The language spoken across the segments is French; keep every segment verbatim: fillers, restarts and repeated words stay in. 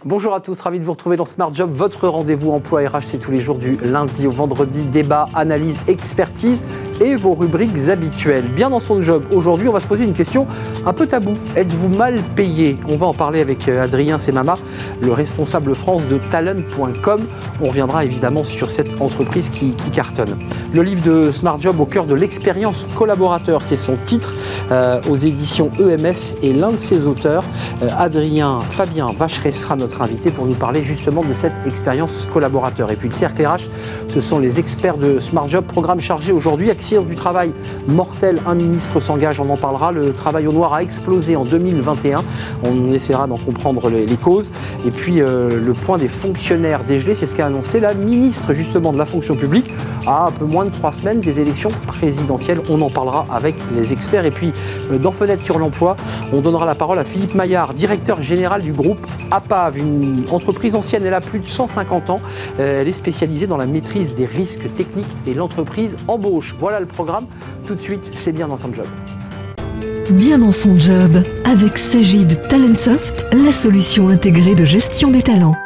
Bonjour à tous, ravi de vous retrouver dans Smart Job, votre rendez-vous emploi R H, c'est tous les jours du lundi au vendredi, débat, analyse, expertise et vos rubriques habituelles. Bien dans son job, aujourd'hui on va se poser une question un peu taboue. Êtes-vous mal payé? On va en parler avec Adrien Semama, le responsable France de Talent point com. On reviendra évidemment sur cette entreprise qui, qui cartonne. Le livre de Smart Job au cœur de l'expérience collaborateur, c'est son titre, euh, aux éditions E M S, et l'un de ses auteurs, euh, Adrien Fabien Vacheret, sera notre invité pour nous parler justement de cette expérience collaborateur. Et puis le cercle R H, ce sont les experts de Smart Job, programme chargé aujourd'hui, accident du travail mortel, un ministre s'engage, on en parlera, le travail au noir a explosé en deux mille vingt et un, on essaiera d'en comprendre les, les causes. Et puis euh, le point des fonctionnaires dégelés, c'est ce qu'a annoncé la ministre justement de la fonction publique à un peu moins de trois semaines des élections présidentielles, on en parlera avec les experts. Et puis euh, dans Fenêtre sur l'emploi, on donnera la parole à Philippe Maillard, directeur général du groupe APAV, une entreprise ancienne, elle a plus de cent cinquante ans, euh, elle est spécialisée dans la maîtrise des risques techniques et l'entreprise embauche. Voilà le programme, tout de suite, c'est bien dans son job. Bien dans son job, avec Cegid Talentsoft, la solution intégrée de gestion des talents.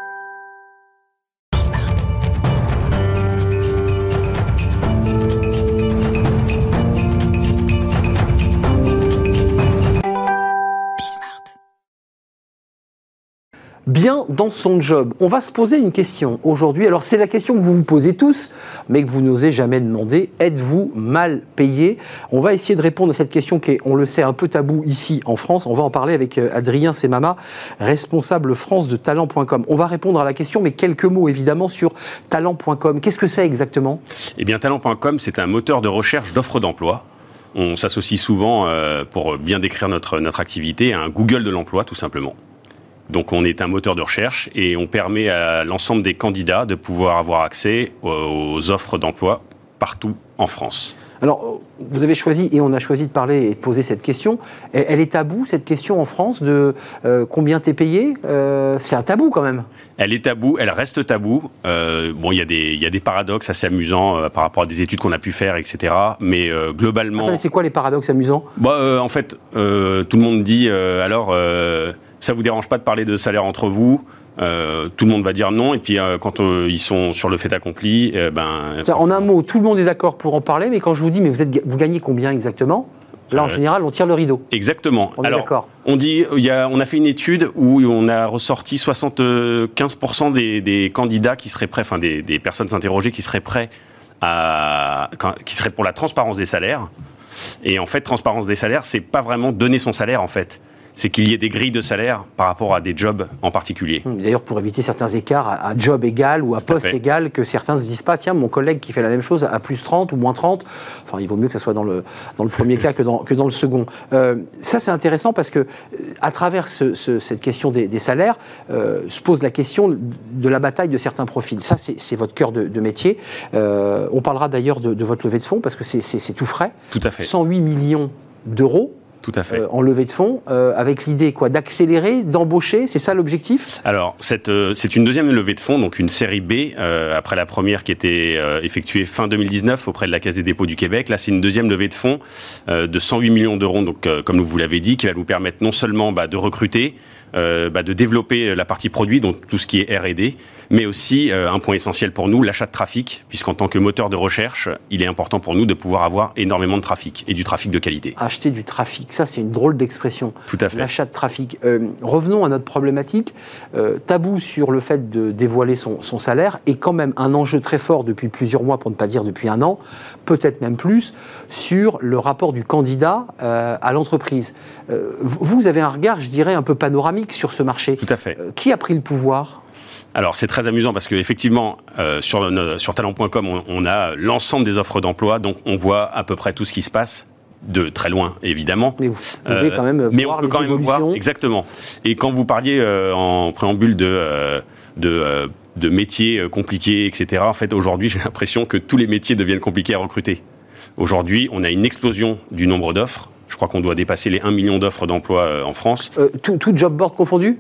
Bien dans son job. On va se poser une question aujourd'hui. Alors c'est la question que vous vous posez tous, mais que vous n'osez jamais demander. Êtes-vous mal payé? On va essayer de répondre à cette question qui est, on le sait, un peu tabou ici en France. On va en parler avec Adrien Semama, responsable France de Talent point com. On va répondre à la question, mais quelques mots évidemment sur Talent point com. Qu'est-ce que c'est exactement? Eh bien, Talent point com, c'est un moteur de recherche d'offres d'emploi. On s'associe souvent, euh, pour bien décrire notre, notre activité, à un Google de l'emploi, tout simplement. Donc on est un moteur de recherche et on permet à l'ensemble des candidats de pouvoir avoir accès aux offres d'emploi partout en France. Alors, vous avez choisi, et on a choisi de parler et de poser cette question. Elle est taboue, cette question en France, de euh, combien t'es payé? euh, C'est un tabou quand même. Elle est taboue, elle reste taboue. Euh, bon, il y a des, il y a des paradoxes assez amusants euh, par rapport à des études qu'on a pu faire, et cetera. Mais euh, globalement... Attendez, c'est quoi les paradoxes amusants? bah, euh, En fait, euh, tout le monde dit, euh, alors, euh, ça vous dérange pas de parler de salaire entre vous? Euh, tout le monde va dire non, et puis euh, quand euh, ils sont sur le fait accompli, euh, ben... En un mot, tout le monde est d'accord pour en parler, mais quand je vous dis, mais vous, êtes, vous gagnez combien exactement? Là, en euh, général, on tire le rideau. Exactement. On est Alors, d'accord. On dit, il y a, on a fait une étude où on a ressorti soixante-quinze pour cent des, des candidats qui seraient prêts, enfin des, des personnes interrogées qui seraient prêts à, qui seraient pour la transparence des salaires. Et en fait, transparence des salaires, c'est pas vraiment donner son salaire en fait. C'est qu'il y ait des grilles de salaire par rapport à des jobs en particulier. D'ailleurs, pour éviter certains écarts à, à job égal ou à poste égal, que certains ne se disent pas, tiens, mon collègue qui fait la même chose à plus trente ou moins trente, enfin, il vaut mieux que ça soit dans le, dans le premier cas que dans, que dans le second. Euh, ça, c'est intéressant parce que, à travers ce, ce, cette question des, des salaires, euh, se pose la question de la bataille de certains profils. Ça, c'est, c'est votre cœur de, de métier. Euh, on parlera d'ailleurs de, de votre levée de fonds parce que c'est, c'est, c'est tout frais. Tout à fait. cent huit millions d'euros. Tout à fait. Euh, en levée de fonds, euh, avec l'idée quoi, d'accélérer, d'embaucher, c'est ça l'objectif? Alors, cette, euh, c'est une deuxième levée de fonds, donc une série B, euh, après la première qui était euh, effectuée fin deux mille dix-neuf auprès de la Caisse des dépôts du Québec. Là, c'est une deuxième levée de fonds euh, de cent huit millions d'euros, donc, euh, comme vous l'avez dit, qui va nous permettre non seulement bah, de recruter, euh, bah, de développer la partie produit, donc tout ce qui est R et D, mais aussi, euh, un point essentiel pour nous, l'achat de trafic, puisqu'en tant que moteur de recherche, il est important pour nous de pouvoir avoir énormément de trafic, et du trafic de qualité. Acheter du trafic, ça c'est une drôle d'expression. Tout à fait. L'achat de trafic. Euh, revenons à notre problématique. Euh, tabou sur le fait de dévoiler son, son salaire, et quand même un enjeu très fort depuis plusieurs mois, pour ne pas dire depuis un an, peut-être même plus, sur le rapport du candidat euh, à l'entreprise. Euh, vous avez un regard, je dirais, un peu panoramique sur ce marché. Tout à fait. Euh, qui a pris le pouvoir ? Alors c'est très amusant parce qu'effectivement, euh, sur, sur Talent point com, on, on a l'ensemble des offres d'emploi, donc on voit à peu près tout ce qui se passe, de très loin évidemment. Mais vous pouvez quand même euh, voir mais on peut les quand même évolutions. voir, exactement. Et quand vous parliez euh, en préambule de, euh, de, euh, de métiers compliqués, et cetera, en fait aujourd'hui j'ai l'impression que tous les métiers deviennent compliqués à recruter. Aujourd'hui, on a une explosion du nombre d'offres. Je crois qu'on doit dépasser les un million d'offres d'emploi euh, en France. Euh, tout, tout job board confondu ?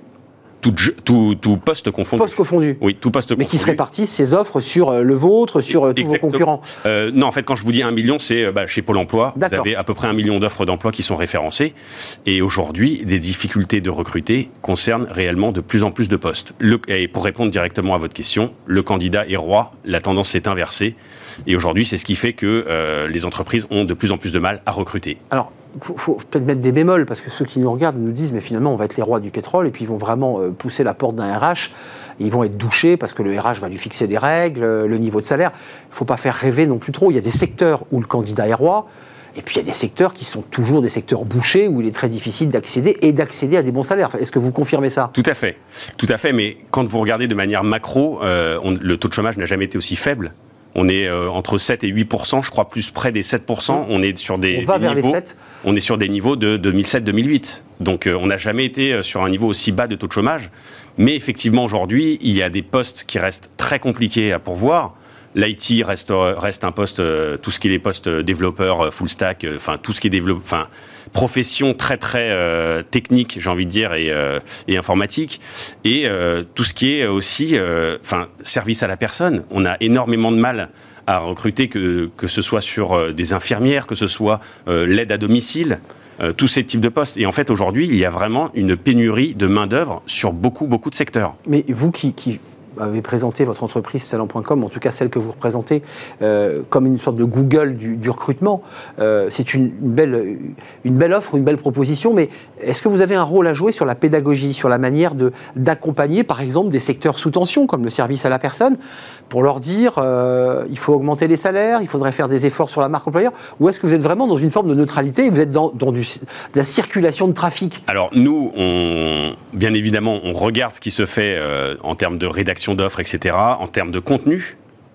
tout, tout, tout poste confondu. Poste confondu. Oui, tout poste confondu. Mais qui se répartissent ces offres sur le vôtre, sur euh, tous Exactement. vos concurrents. Euh, non, en fait, quand je vous dis un million, c'est bah, chez Pôle emploi. D'accord. Vous avez à peu près un million d'offres d'emploi qui sont référencées. Et aujourd'hui, des difficultés de recruter concernent réellement de plus en plus de postes. Le, et pour répondre directement à votre question, le candidat est roi, la tendance s'est inversée. Et aujourd'hui, c'est ce qui fait que euh, les entreprises ont de plus en plus de mal à recruter. Alors, il faut, faut peut-être mettre des bémols, parce que ceux qui nous regardent nous disent, mais finalement, on va être les rois du pétrole, et puis ils vont vraiment euh, pousser la porte d'un R H, ils vont être douchés, parce que le R H va lui fixer des règles, le niveau de salaire. Il ne faut pas faire rêver non plus trop. Il y a des secteurs où le candidat est roi, et puis il y a des secteurs qui sont toujours des secteurs bouchés, où il est très difficile d'accéder, et d'accéder à des bons salaires. Est-ce que vous confirmez ça ? Tout à fait. Tout à fait, mais quand vous regardez de manière macro, euh, on, le taux de chômage n'a jamais été aussi faible. On est euh, entre sept et huit pour cent, je crois plus près des sept pour cent. On est sur des, on va des vers niveaux. Les sept. On est sur des niveaux de deux mille sept deux mille huit. Donc euh, on n'a jamais été sur un niveau aussi bas de taux de chômage. Mais effectivement, aujourd'hui, il y a des postes qui restent très compliqués à pourvoir. L'I T reste, reste un poste, euh, tout ce qui est les postes développeurs, full stack, enfin euh, tout ce qui est développeur, enfin profession très très euh, technique, j'ai envie de dire, et, euh, et informatique, et euh, tout ce qui est aussi, enfin euh, service à la personne. On a énormément de mal à recruter, que que ce soit sur euh, des infirmières, que ce soit euh, l'aide à domicile. Euh, tous ces types de postes. Et en fait, aujourd'hui, il y a vraiment une pénurie de main-d'œuvre sur beaucoup, beaucoup de secteurs. Mais vous qui, qui avez présenté votre entreprise talent point com, en tout cas celle que vous représentez, euh, comme une sorte de Google du, du recrutement, euh, c'est une, une, belle, une belle offre, une belle proposition, mais est-ce que vous avez un rôle à jouer sur la pédagogie, sur la manière de, d'accompagner, par exemple, des secteurs sous tension, comme le service à la personne, pour leur dire euh, il faut augmenter les salaires, il faudrait faire des efforts sur la marque employeur, ou est-ce que vous êtes vraiment dans une forme de neutralité et vous êtes dans, dans du, de la circulation de trafic ? Alors nous, on, bien évidemment, on regarde ce qui se fait euh, en termes de rédaction d'offres, et cetera, en termes de contenu.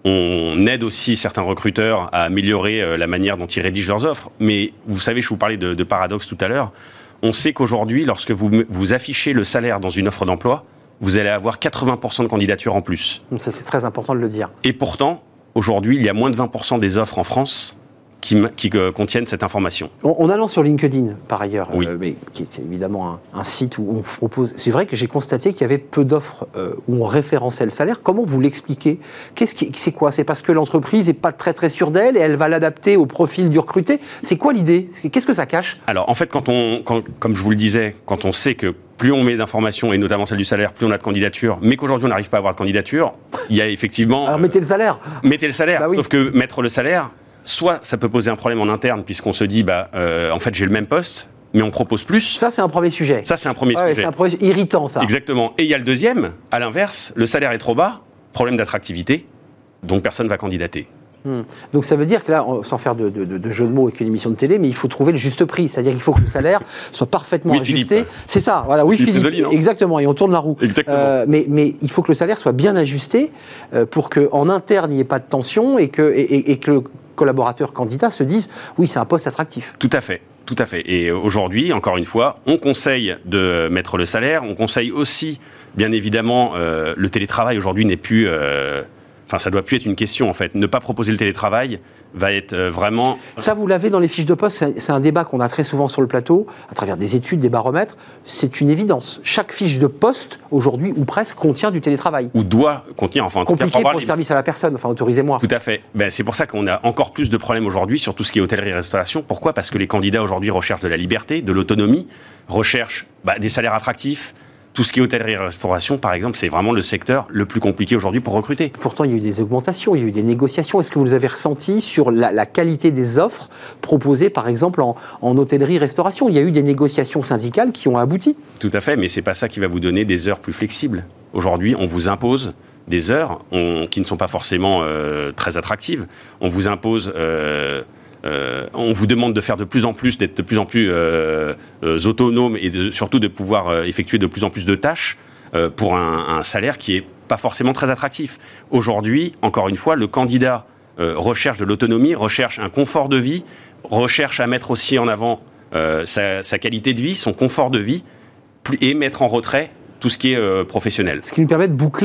On aide aussi certains recruteurs à améliorer euh, la manière dont ils rédigent leurs offres. Mais vous savez, je vous parlais de, de paradoxe tout à l'heure, on sait qu'aujourd'hui, lorsque vous, vous affichez le salaire dans une offre d'emploi, vous allez avoir quatre-vingts pour cent de candidatures en plus. Donc ça, c'est très important de le dire. Et pourtant, aujourd'hui, il y a moins de vingt pour cent des offres en France qui, qui euh, contiennent cette information. En, en allant sur LinkedIn, par ailleurs, oui. euh, mais, qui est évidemment un, un site où on propose... C'est vrai que j'ai constaté qu'il y avait peu d'offres euh, où on référençait le salaire. Comment vous l'expliquez ? Qu'est-ce qui, c'est quoi ? C'est parce que l'entreprise n'est pas très très sûre d'elle et elle va l'adapter au profil du recruté ? C'est quoi l'idée ? Qu'est-ce que ça cache ? Alors, en fait, quand on, quand, comme je vous le disais, quand on sait que plus on met d'informations, et notamment celle du salaire, plus on a de candidatures, mais qu'aujourd'hui on n'arrive pas à avoir de candidature, il y a effectivement... Alors mettez le salaire. Euh, mettez le salaire, bah oui. Sauf que mettre le salaire, soit ça peut poser un problème en interne, puisqu'on se dit, bah, euh, en fait j'ai le même poste, mais on propose plus. Ça c'est un premier sujet. Ça c'est un premier ouais, sujet. C'est un premier irritant ça. Exactement. Et il y a le deuxième, à l'inverse, le salaire est trop bas, problème d'attractivité, donc personne ne va candidater. Hum. Donc ça veut dire que là, sans faire de, de, de jeu de mots avec une émission de télé, mais il faut trouver le juste prix. C'est-à-dire qu'il faut que le salaire soit parfaitement oui, ajusté. Philippe. C'est ça, voilà, oui Philippe. Philippe. Joli, exactement, et on tourne la roue. Exactement. Euh, mais, mais il faut que le salaire soit bien ajusté euh, pour qu'en interne, il n'y ait pas de tension et que, et, et, et que le collaborateur candidat se dise oui, c'est un poste attractif. Tout à fait. Tout à fait. Et aujourd'hui, encore une fois, on conseille de mettre le salaire. On conseille aussi, bien évidemment, euh, le télétravail aujourd'hui n'est plus... Euh, Enfin, ça ne doit plus être une question, en fait. Ne pas proposer le télétravail va être euh, vraiment... Ça, vous l'avez dans les fiches de poste. C'est, c'est un débat qu'on a très souvent sur le plateau, à travers des études, des baromètres. C'est une évidence. Chaque fiche de poste, aujourd'hui, ou presque, contient du télétravail. Ou doit contenir... Enfin, compliqué pour le les... service à la personne. Enfin, autorisez-moi. Tout à fait. Ben, c'est pour ça qu'on a encore plus de problèmes aujourd'hui sur tout ce qui est hôtellerie-restauration. Pourquoi ? Parce que les candidats, aujourd'hui, recherchent de la liberté, de l'autonomie, recherchent bah, des salaires attractifs. Tout ce qui est hôtellerie et restauration, par exemple, c'est vraiment le secteur le plus compliqué aujourd'hui pour recruter. Pourtant, il y a eu des augmentations, il y a eu des négociations. Est-ce que vous les avez ressenties sur la, la qualité des offres proposées, par exemple, en, en hôtellerie-restauration ? Il y a eu des négociations syndicales qui ont abouti. Tout à fait, mais ce n'est pas ça qui va vous donner des heures plus flexibles. Aujourd'hui, on vous impose des heures on, qui ne sont pas forcément euh, très attractives. On vous impose... Euh, Euh, on vous demande de faire de plus en plus, d'être de plus en plus euh, euh, autonome et de, surtout de pouvoir euh, effectuer de plus en plus de tâches euh, pour un, un salaire qui n'est pas forcément très attractif. Aujourd'hui, encore une fois, le candidat euh, recherche de l'autonomie, recherche un confort de vie, recherche à mettre aussi en avant euh, sa, sa qualité de vie, son confort de vie, et mettre en retrait tout ce qui est euh, professionnel. Ce qui nous permet de boucler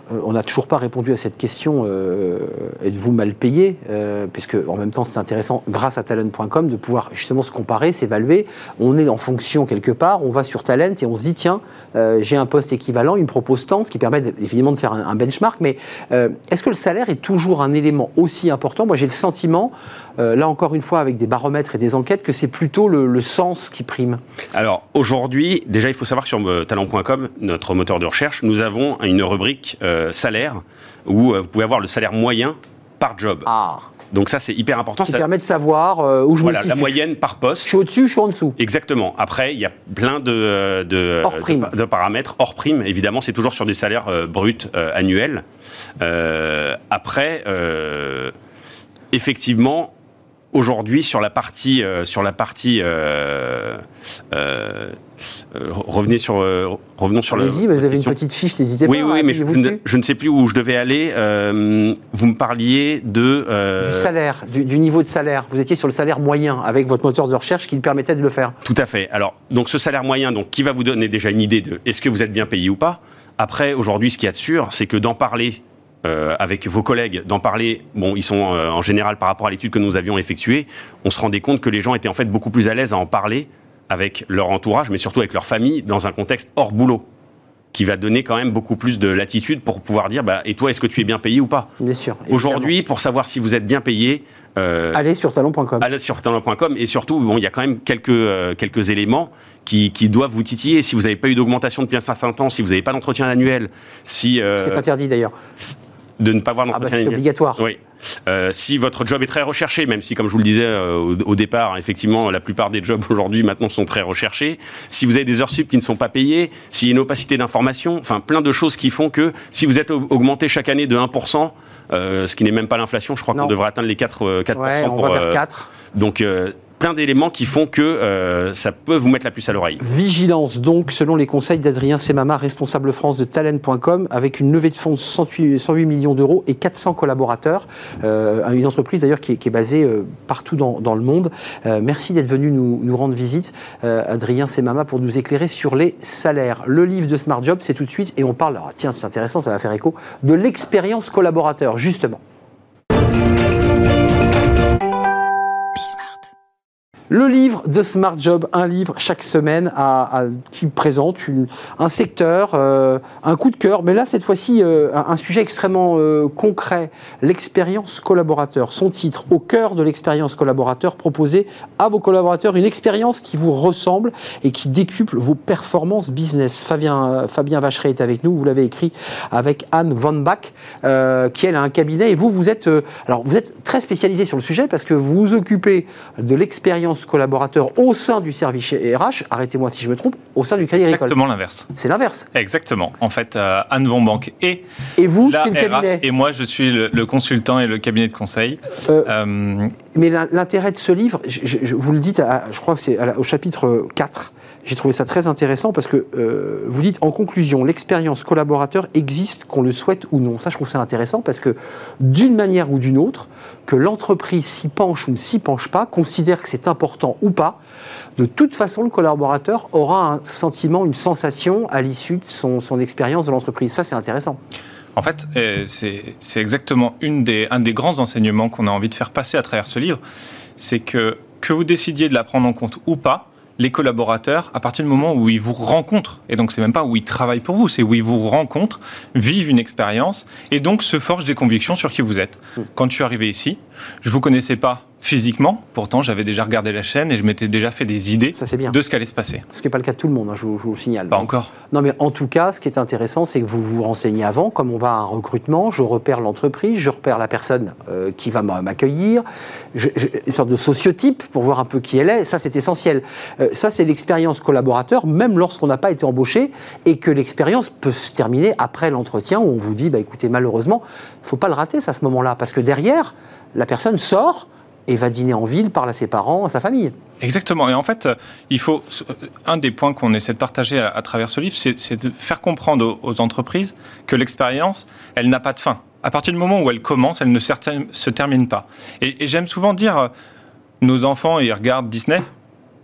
on n'a toujours pas répondu à cette question, euh, êtes-vous mal payé euh, puisque en même temps c'est intéressant, grâce à talent point com, de pouvoir justement se comparer, s'évaluer. On est en fonction quelque part, on va sur Talent et on se dit tiens, euh, j'ai un poste équivalent, il me propose tant, ce qui permet évidemment de faire un, un benchmark, mais euh, est-ce que le salaire est toujours un élément aussi important? Moi j'ai le sentiment, euh, là encore une fois avec des baromètres et des enquêtes, que c'est plutôt le, le sens qui prime. Alors aujourd'hui, déjà il faut savoir que sur euh, talent point com, notre moteur de recherche, nous avons une rubrique euh, salaire, où euh, vous pouvez avoir le salaire moyen par job. Ah. Donc ça, c'est hyper important. Ça ça permet de savoir euh, où je voilà, me situe. La moyenne par poste. Je suis au-dessus, je suis en dessous. Exactement. Après, il y a plein de, de, hors prime. de, de paramètres. Hors prime, évidemment, c'est toujours sur des salaires euh, bruts euh, annuels. Euh, après, euh, effectivement, aujourd'hui, sur la partie... Euh, sur la partie euh, euh, Euh, revenez sur, euh, revenons sur le. Allez-y, vous avez une petite fiche, n'hésitez oui, pas. Oui, oui, mais je, vous je, ne, je ne sais plus où je devais aller. Euh, vous me parliez de. Euh... Du salaire, du, du niveau de salaire. Vous étiez sur le salaire moyen avec votre moteur de recherche qui le permettait de le faire. Tout à fait. Alors, donc ce salaire moyen, donc, qui va vous donner déjà une idée de est-ce que vous êtes bien payé ou pas. Après, aujourd'hui, ce qu'il y a de sûr, c'est que d'en parler. Euh, avec vos collègues, d'en parler, bon, ils sont euh, en général par rapport à l'étude que nous avions effectuée, on se rendait compte que les gens étaient en fait beaucoup plus à l'aise à en parler avec leur entourage, mais surtout avec leur famille, dans un contexte hors boulot, qui va donner quand même beaucoup plus de latitude pour pouvoir dire, bah, et toi, est-ce que tu es bien payé ou pas? Bien sûr. Aujourd'hui, pour savoir si vous êtes bien payé, euh, allez sur talent point com. Allez sur talent point com, et surtout, bon, il y a quand même quelques, euh, quelques éléments qui, qui doivent vous titiller. Si vous n'avez pas eu d'augmentation depuis un certain temps, si vous n'avez pas d'entretien annuel, si... Euh, Ce qui est interdit d'ailleurs. De ne pas avoir d'entretien annuel. Ah bah c'est obligatoire. Oui. Euh, si votre job est très recherché, même si, comme je vous le disais euh, au, au départ, effectivement, la plupart des jobs aujourd'hui, maintenant, sont très recherchés. Si vous avez des heures sup qui ne sont pas payées, s'il y a une opacité d'information, enfin, plein de choses qui font que si vous êtes augmenté chaque année de un pour cent, euh, ce qui n'est même pas l'inflation, je crois non. qu'on devrait atteindre les quatre pour cent. Ouais, on pour, va vers euh, quatre. Donc, euh, plein d'éléments qui font que euh, ça peut vous mettre la puce à l'oreille. Vigilance donc, selon les conseils d'Adrien Semama, responsable France de talent point com, avec une levée de fonds de cent huit millions d'euros et quatre cents collaborateurs. Euh, une entreprise d'ailleurs qui est, qui est basée euh, partout dans, dans le monde. Euh, merci d'être venu nous, nous rendre visite, euh, Adrien Semama, pour nous éclairer sur les salaires. Le livre de Smart Job, c'est tout de suite, et on parle, alors, tiens, c'est intéressant, ça va faire écho, de l'expérience collaborateur, justement. Le livre de Smart Job, un livre chaque semaine à, à, qui présente une, un secteur, euh, un coup de cœur, mais là cette fois-ci euh, un, un sujet extrêmement euh, concret, l'expérience collaborateur. Son titre, au cœur de l'expérience collaborateur, proposer à vos collaborateurs une expérience qui vous ressemble et qui décuple vos performances business. Fabien, Fabien Vacheray est avec nous, vous l'avez écrit avec Anne Van Bach, euh, qui elle a un cabinet, et vous, vous êtes, euh, alors, vous êtes très spécialisé sur le sujet parce que vous vous occupez de l'expérience collaborateurs au sein du service R H, arrêtez-moi si je me trompe, au sein du Crédit Agricole. Exactement l'inverse. C'est l'inverse. Exactement. En fait, euh, Anne Van Bach et, et vous, la c'est le cabinet. R H, et moi, je suis le, le consultant et le cabinet de conseil. Euh, euh, mais l'intérêt de ce livre, je, je, je vous le dites, à, je crois que c'est au chapitre quatre, j'ai trouvé ça très intéressant parce que euh, vous dites en conclusion, l'expérience collaborateur existe qu'on le souhaite ou non. Ça, je trouve ça intéressant parce que d'une manière ou d'une autre, que l'entreprise s'y penche ou ne s'y penche pas, considère que c'est important ou pas, de toute façon, le collaborateur aura un sentiment, une sensation à l'issue de son, son expérience de l'entreprise. Ça, c'est intéressant. En fait, euh, c'est exactement une des, un des grands enseignements qu'on a envie de faire passer à travers ce livre. C'est que, que vous décidiez de la prendre en compte ou pas, les collaborateurs, à partir du moment où ils vous rencontrent, et donc c'est même pas où ils travaillent pour vous, c'est où ils vous rencontrent, vivent une expérience, et donc se forgent des convictions sur qui vous êtes. Mmh. Quand je suis arrivé ici, je vous connaissais pas physiquement, pourtant j'avais déjà regardé la chaîne et je m'étais déjà fait des idées Ça, bien. de ce qu'allait se passer. Ce qui n'est pas le cas de tout le monde, hein, je, vous, je vous signale. Pas encore. Non, mais en tout cas, ce qui est intéressant, c'est que vous vous renseignez avant, comme on va à un recrutement, je repère l'entreprise, je repère la personne euh, qui va m'accueillir, je, je, une sorte de sociotype pour voir un peu qui elle est, ça c'est essentiel. Euh, ça c'est l'expérience collaborateur, même lorsqu'on n'a pas été embauché, et que l'expérience peut se terminer après l'entretien, où on vous dit, bah, écoutez, malheureusement, il ne faut pas le rater ça, à ce moment-là, parce que derrière, la personne sort et va dîner en ville, parle à ses parents, à sa famille. Exactement. Et en fait, il faut un des points qu'on essaie de partager à, à travers ce livre, c'est de faire comprendre aux, aux entreprises que l'expérience, elle n'a pas de fin. À partir du moment où elle commence, elle ne se termine pas. Et, et j'aime souvent dire, nos enfants, ils regardent Disney.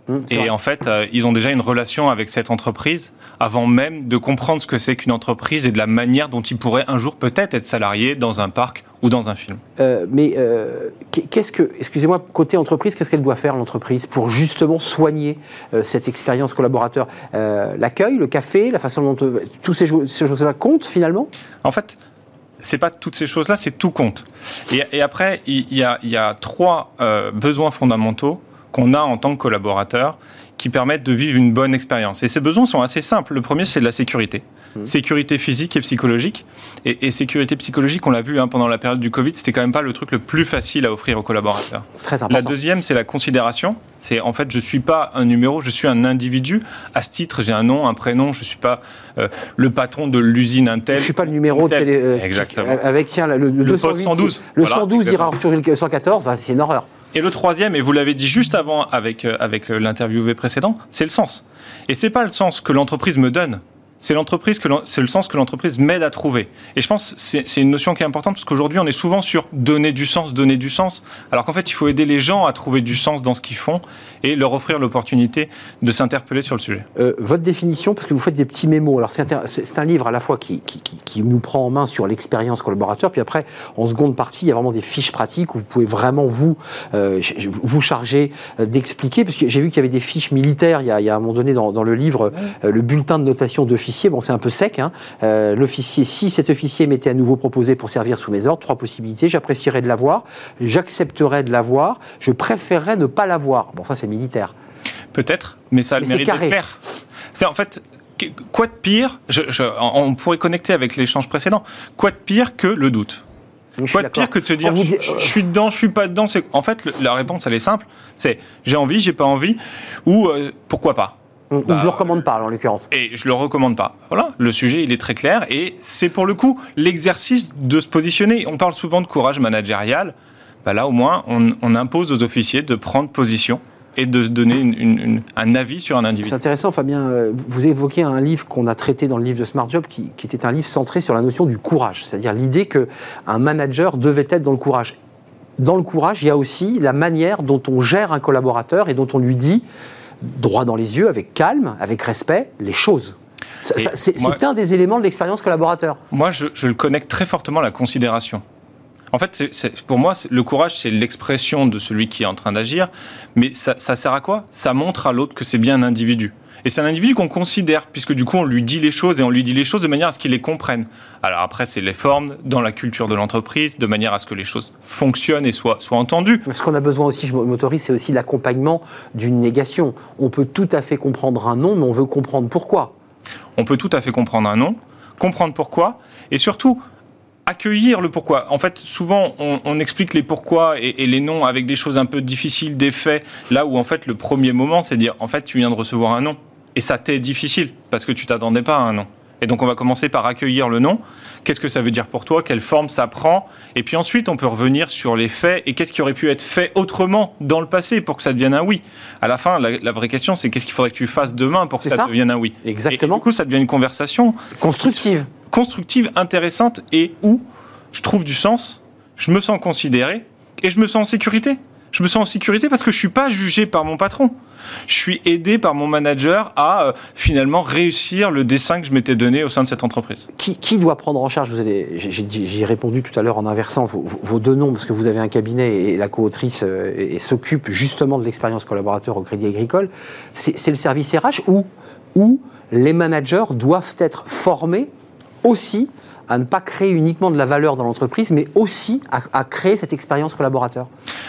Mmh, et vrai. en fait, euh, ils ont déjà une relation avec cette entreprise avant même de comprendre ce que c'est qu'une entreprise et de la manière dont ils pourraient un jour peut-être être salariés dans un parc ou dans un film. Euh, mais euh, qu'est-ce que, excusez-moi, côté entreprise, qu'est-ce qu'elle doit faire l'entreprise pour justement soigner euh, cette expérience collaborateur? euh, L'accueil, le café, la façon dont euh, tous ces, ces choses-là comptent finalement? En fait, c'est pas toutes ces choses-là, c'est tout compte. Et, et après, il y a, il y a trois euh, besoins fondamentaux qu'on a en tant que collaborateur qui permettent de vivre une bonne expérience. Et ces besoins sont assez simples. Le premier, c'est de la sécurité. Mmh. Sécurité physique et psychologique. Et, et sécurité psychologique, on l'a vu hein, pendant la période du Covid, c'était quand même pas le truc le plus facile à offrir aux collaborateurs. Très important. La deuxième, c'est la considération. C'est en fait, je suis pas un numéro, je suis un individu. À ce titre, j'ai un nom, un prénom. Je suis pas euh, le patron de l'usine Intel. Je suis pas le numéro de télé, euh, Exactement. Avec tiens, le, le, le deux poste cent huit, cent douze. Le Voilà, cent douze exactement. ira sur le cent quatorze. Bah, c'est une horreur. Et le troisième, et vous l'avez dit juste avant avec, euh, avec l'interviewé précédent, c'est le sens. Et c'est pas le sens que l'entreprise me donne, c'est, l'entreprise que c'est le sens que l'entreprise m'aide à trouver. Et je pense que c'est, c'est une notion qui est importante parce qu'aujourd'hui, on est souvent sur donner du sens, donner du sens, alors qu'en fait, il faut aider les gens à trouver du sens dans ce qu'ils font et leur offrir l'opportunité de s'interpeller sur le sujet. Euh, votre définition, parce que vous faites des petits mémos, alors c'est, intér- c'est un livre à la fois qui, qui, qui, qui nous prend en main sur l'expérience collaborateur, puis après, en seconde partie, il y a vraiment des fiches pratiques où vous pouvez vraiment vous, euh, vous charger d'expliquer, parce que j'ai vu qu'il y avait des fiches militaires, il y a, il y a un moment donné dans, dans le livre, euh, le bulletin de notation d'officier. Bon, c'est un peu sec. Hein. Euh, l'officier, si cet officier m'était à nouveau proposé pour servir sous mes ordres, trois possibilités. J'apprécierais de l'avoir, j'accepterais de l'avoir, je préférerais ne pas l'avoir. Bon, ça, c'est militaire. Peut-être, mais ça a le Mais mérite d'être clair. C'est en fait, quoi de pire, je, je, on pourrait connecter avec l'échange précédent, quoi de pire que le doute? Quoi de pire que de se dire, vous... je, je suis dedans, je suis pas dedans. C'est... En fait, le, la réponse, elle est simple. C'est j'ai envie, j'ai pas envie, ou euh, pourquoi pas. Ou bah, je ne le recommande pas, en l'occurrence. Et je ne le recommande pas. Voilà, le sujet, il est très clair. Et c'est pour le coup l'exercice de se positionner. On parle souvent de courage managérial. Bah là, au moins, on, on impose aux officiers de prendre position et de donner une, une, une, un avis sur un individu. C'est intéressant, Fabien. Vous évoquez un livre qu'on a traité dans le livre de Smart Job, qui, qui était un livre centré sur la notion du courage. C'est-à-dire l'idée qu'un manager devait être dans le courage. Dans le courage, il y a aussi la manière dont on gère un collaborateur et dont on lui dit droit dans les yeux, avec calme, avec respect, les choses. Ça, ça, c'est, moi, c'est un des éléments de l'expérience collaborateur. Moi, je, je le connecte très fortement à la considération. En fait, c'est, c'est, pour moi, c'est, le courage, c'est l'expression de celui qui est en train d'agir. Mais ça, ça sert à quoi? Ça montre à l'autre que c'est bien un individu. Et c'est un individu qu'on considère, puisque du coup, on lui dit les choses, et on lui dit les choses de manière à ce qu'il les comprenne. Alors après, c'est les formes dans la culture de l'entreprise, de manière à ce que les choses fonctionnent et soient, soient entendues. Ce qu'on a besoin aussi, je m'autorise, c'est aussi l'accompagnement d'une négation. On peut tout à fait comprendre un non, mais on veut comprendre pourquoi. On peut tout à fait comprendre un non, comprendre pourquoi, et surtout accueillir le pourquoi. En fait, souvent, on, on explique les pourquoi et, et les non avec des choses un peu difficiles, des faits, là où en fait, le premier moment, c'est de dire, en fait, tu viens de recevoir un non. Et ça t'est difficile, parce que tu t'attendais pas à un non. Et donc, on va commencer par accueillir le non. Qu'est-ce que ça veut dire pour toi? Quelle forme ça prend? Et puis ensuite, on peut revenir sur les faits et qu'est-ce qui aurait pu être fait autrement dans le passé pour que ça devienne un oui. À la fin, la, la vraie question, c'est qu'est-ce qu'il faudrait que tu fasses demain pour que ça, ça devienne un oui. Exactement. Et, et du coup, ça devient une conversation constructive. Constructive, intéressante et où je trouve du sens, je me sens considéré et je me sens en sécurité. Je me sens en sécurité parce que je ne suis pas jugé par mon patron. Je suis aidé par mon manager à euh, finalement réussir le dessin que je m'étais donné au sein de cette entreprise. Qui, qui doit prendre en charge, vous allez, j'ai, j'ai répondu tout à l'heure en inversant vos, vos deux noms, parce que vous avez un cabinet et la co-autrice euh, et, et s'occupe justement de l'expérience collaborateur au Crédit Agricole. C'est, c'est le service R H où, où les managers doivent être formés aussi à ne pas créer uniquement de la valeur dans l'entreprise, mais aussi à, à créer cette expérience collaborateur.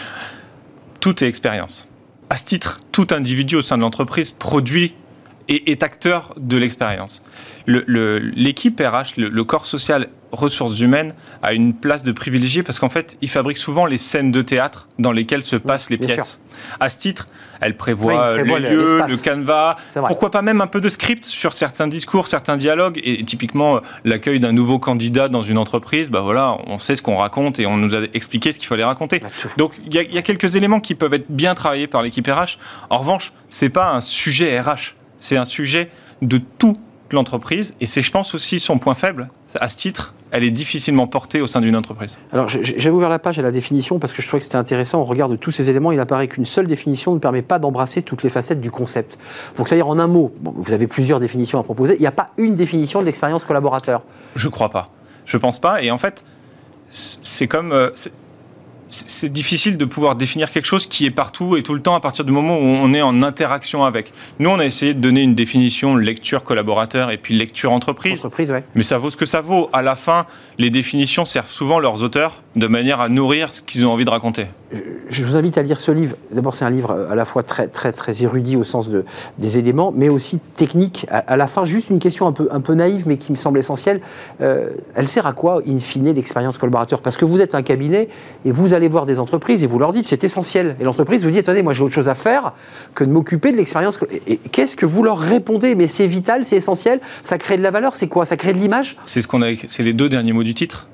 Tout est expérience. À ce titre, tout individu au sein de l'entreprise produit et est acteur de l'expérience. Le, le, l'équipe R H, le, le corps social ressources humaines, a une place de privilégié parce qu'en fait, il fabrique souvent les scènes de théâtre dans lesquelles se passent les Bien pièces. sûr. À ce titre, elle prévoit, oui, prévoit les lieux, l'espace. le canevas, pourquoi pas même un peu de script sur certains discours, certains dialogues. Et, et typiquement, l'accueil d'un nouveau candidat dans une entreprise, bah voilà, on sait ce qu'on raconte et on nous a expliqué ce qu'il fallait raconter. Donc, il y, y a quelques éléments qui peuvent être bien travaillés par l'équipe R H. En revanche, c'est pas un sujet R H, c'est un sujet de toute l'entreprise. Et c'est, je pense, aussi son point faible. À ce titre, elle est difficilement portée au sein d'une entreprise. Alors, j'avais ouvert la page à la définition parce que je trouvais que c'était intéressant. On regarde tous ces éléments, il apparaît qu'une seule définition ne permet pas d'embrasser toutes les facettes du concept. Donc, c'est-à-dire en un mot, bon, vous avez plusieurs définitions à proposer, il n'y a pas une définition de l'expérience collaborateur. Je ne crois pas. Je ne pense pas. Et en fait, c'est comme... Euh, c'est... c'est difficile de pouvoir définir quelque chose qui est partout et tout le temps à partir du moment où on est en interaction avec. Nous, on a essayé de donner une définition lecture collaborateur et puis lecture entreprise. Entreprise, ouais. Mais ça vaut ce que ça vaut. À la fin, les définitions servent souvent leurs auteurs de manière à nourrir ce qu'ils ont envie de raconter. Je vous invite à lire ce livre. D'abord, c'est un livre à la fois très, très, très érudit au sens de, des éléments, mais aussi technique. À, à la fin, juste une question un peu, un peu naïve, mais qui me semble essentielle. Euh, elle sert à quoi, in fine, l'expérience collaborateur ? Parce que vous êtes un cabinet et vous allez voir des entreprises et vous leur dites c'est essentiel. Et l'entreprise vous dit attendez, moi j'ai autre chose à faire que de m'occuper de l'expérience. Et, et qu'est-ce que vous leur répondez ? Mais c'est vital, c'est essentiel, ça crée de la valeur, c'est quoi ? Ça crée de l'image ? C'est ce qu'on a, c'est les deux derniers mots du titre.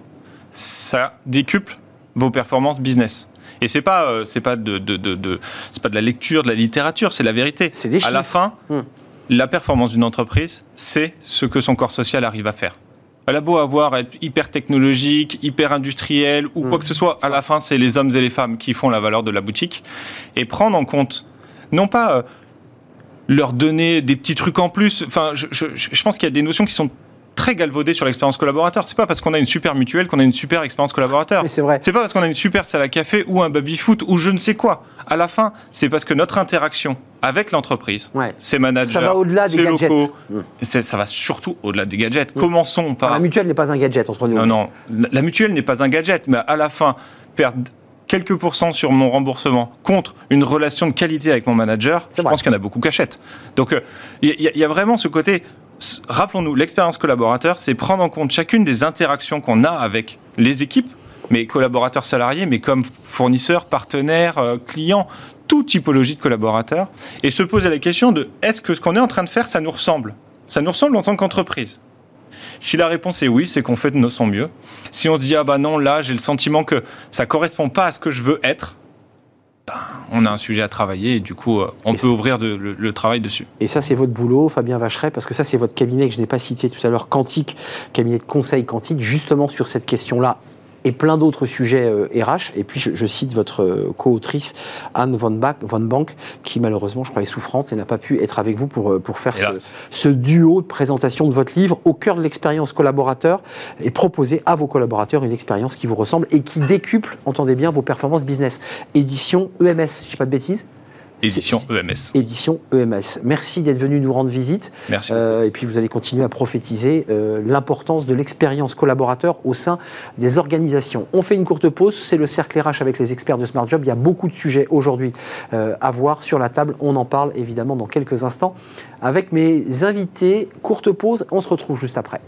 Ça décuple vos performances business. Et c'est pas, euh, c'est pas de, de, de, de, c'est pas de la lecture, de la littérature, c'est la vérité. C'est des chiffres. À la fin, hum. la performance d'une entreprise, c'est ce que son corps social arrive à faire. Elle a beau avoir, être hyper technologique, hyper industriel ou mmh. quoi que ce soit, à la fin, c'est les hommes et les femmes qui font la valeur de la boutique. Et prendre en compte, non pas euh, leur donner des petits trucs en plus, enfin, je, je, je pense qu'il y a des notions qui sont très galvaudées sur l'expérience collaborateur. C'est pas parce qu'on a une super mutuelle qu'on a une super expérience collaborateur. Mais c'est vrai. C'est pas parce qu'on a une super salle à café ou un baby-foot ou je ne sais quoi. À la fin, c'est parce que notre interaction avec l'entreprise, ouais. ses managers, ça va au-delà des ses gadgets. locaux, mmh. ça va surtout au-delà des gadgets. Mmh. Commençons par... La mutuelle n'est pas un gadget entre nous. Non, non. La mutuelle n'est pas un gadget, mais à la fin, perdre quelques pourcents sur mon remboursement contre une relation de qualité avec mon manager, c'est je vrai. pense qu'il y en a beaucoup qui achètent. Donc, il euh, y, y a vraiment ce côté... Rappelons-nous, l'expérience collaborateur, c'est prendre en compte chacune des interactions qu'on a avec les équipes, mais collaborateurs salariés, mais comme fournisseurs, partenaires, euh, clients, toute typologie de collaborateurs, et se poser la question de est-ce que ce qu'on est en train de faire, ça nous ressemble ? Ça nous ressemble en tant qu'entreprise ? Si la réponse est oui, c'est qu'on fait de son mieux. Si on se dit ah bah non, là j'ai le sentiment que ça correspond pas à ce que je veux être, ben, on a un sujet à travailler et du coup on et peut ouvrir de, le, le travail dessus. Et ça c'est votre boulot, Fabien Vacheret, parce que ça c'est votre cabinet que je n'ai pas cité tout à l'heure, Quantique, cabinet de conseil Quantique, justement sur cette question-là. Et plein d'autres sujets euh, R H. Et puis, je, je cite votre euh, co-autrice, Anne Van, Bach, Van Bank, qui malheureusement, je crois, est souffrante et n'a pas pu être avec vous pour, euh, pour faire ce, ce duo de présentation de votre livre au cœur de l'expérience collaborateur et proposer à vos collaborateurs une expérience qui vous ressemble et qui décuple, entendez bien, vos performances business. Édition E M S, je ne dis pas de bêtises ? Édition E M S. Édition E M S. Merci d'être venu nous rendre visite. Merci. Euh, et puis vous allez continuer à prophétiser euh, l'importance de l'expérience collaborateur au sein des organisations. On fait une courte pause. C'est le cercle R H avec les experts de Smart Job. Il y a beaucoup de sujets aujourd'hui euh, à voir sur la table. On en parle évidemment dans quelques instants avec mes invités. Courte pause. On se retrouve juste après.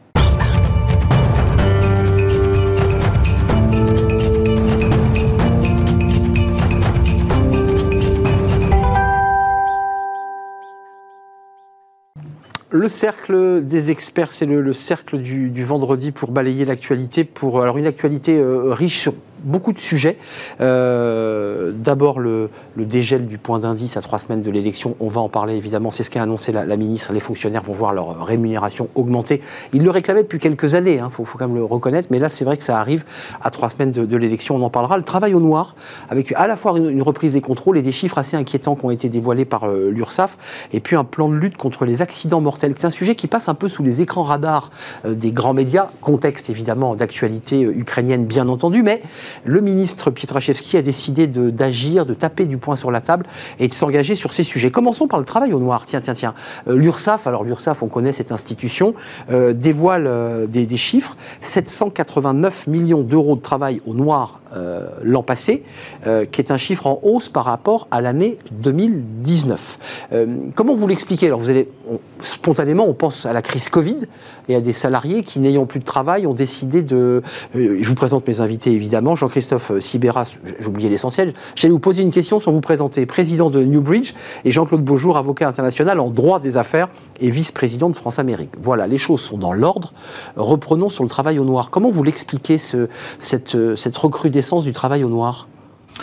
Le cercle des experts, c'est le, le cercle du, du vendredi pour balayer l'actualité, pour alors une actualité euh, riche sur beaucoup de sujets. Euh, d'abord, le, le dégel du point d'indice à trois semaines de l'élection. On va en parler, évidemment. C'est ce qu'a annoncé la, la ministre. Les fonctionnaires vont voir leur rémunération augmenter. Ils le réclamaient depuis quelques années, il hein, faut, faut quand même le reconnaître. Mais là, c'est vrai que ça arrive à trois semaines de, de l'élection. On en parlera. Le travail au noir, avec à la fois une, une reprise des contrôles et des chiffres assez inquiétants qui ont été dévoilés par euh, l'URSSAF. Et puis, un plan de lutte contre les accidents mortels. C'est un sujet qui passe un peu sous les écrans radars euh, des grands médias. Contexte, évidemment, d'actualité euh, ukrainienne, bien entendu. Mais le ministre Pietraszewski a décidé de, d'agir, de taper du poing sur la table et de s'engager sur ces sujets. Commençons par le travail au noir. Tiens, tiens, tiens. Euh, L'URSSAF, alors l'URSSAF, on connaît cette institution, euh, dévoile euh, des, des chiffres. sept cent quatre-vingt-neuf millions d'euros de travail au noir euh, l'an passé, euh, qui est un chiffre en hausse par rapport à l'année deux mille dix-neuf. Euh, comment vous l'expliquez ? Alors, vous allez, on, spontanément, on pense à la crise Covid et à des salariés qui, n'ayant plus de travail, ont décidé de... Euh, je vous présente mes invités, évidemment. Jean-Christophe Sibéras, j'ai oublié l'essentiel. J'allais vous poser une question sans vous présenter. Président de Newbridge, et Jean-Claude Beaujour, avocat international en droit des affaires et vice-président de France-Amérique. Voilà, les choses sont dans l'ordre. Reprenons sur le travail au noir. Comment vous l'expliquez, ce, cette, cette recrudescence du travail au noir ?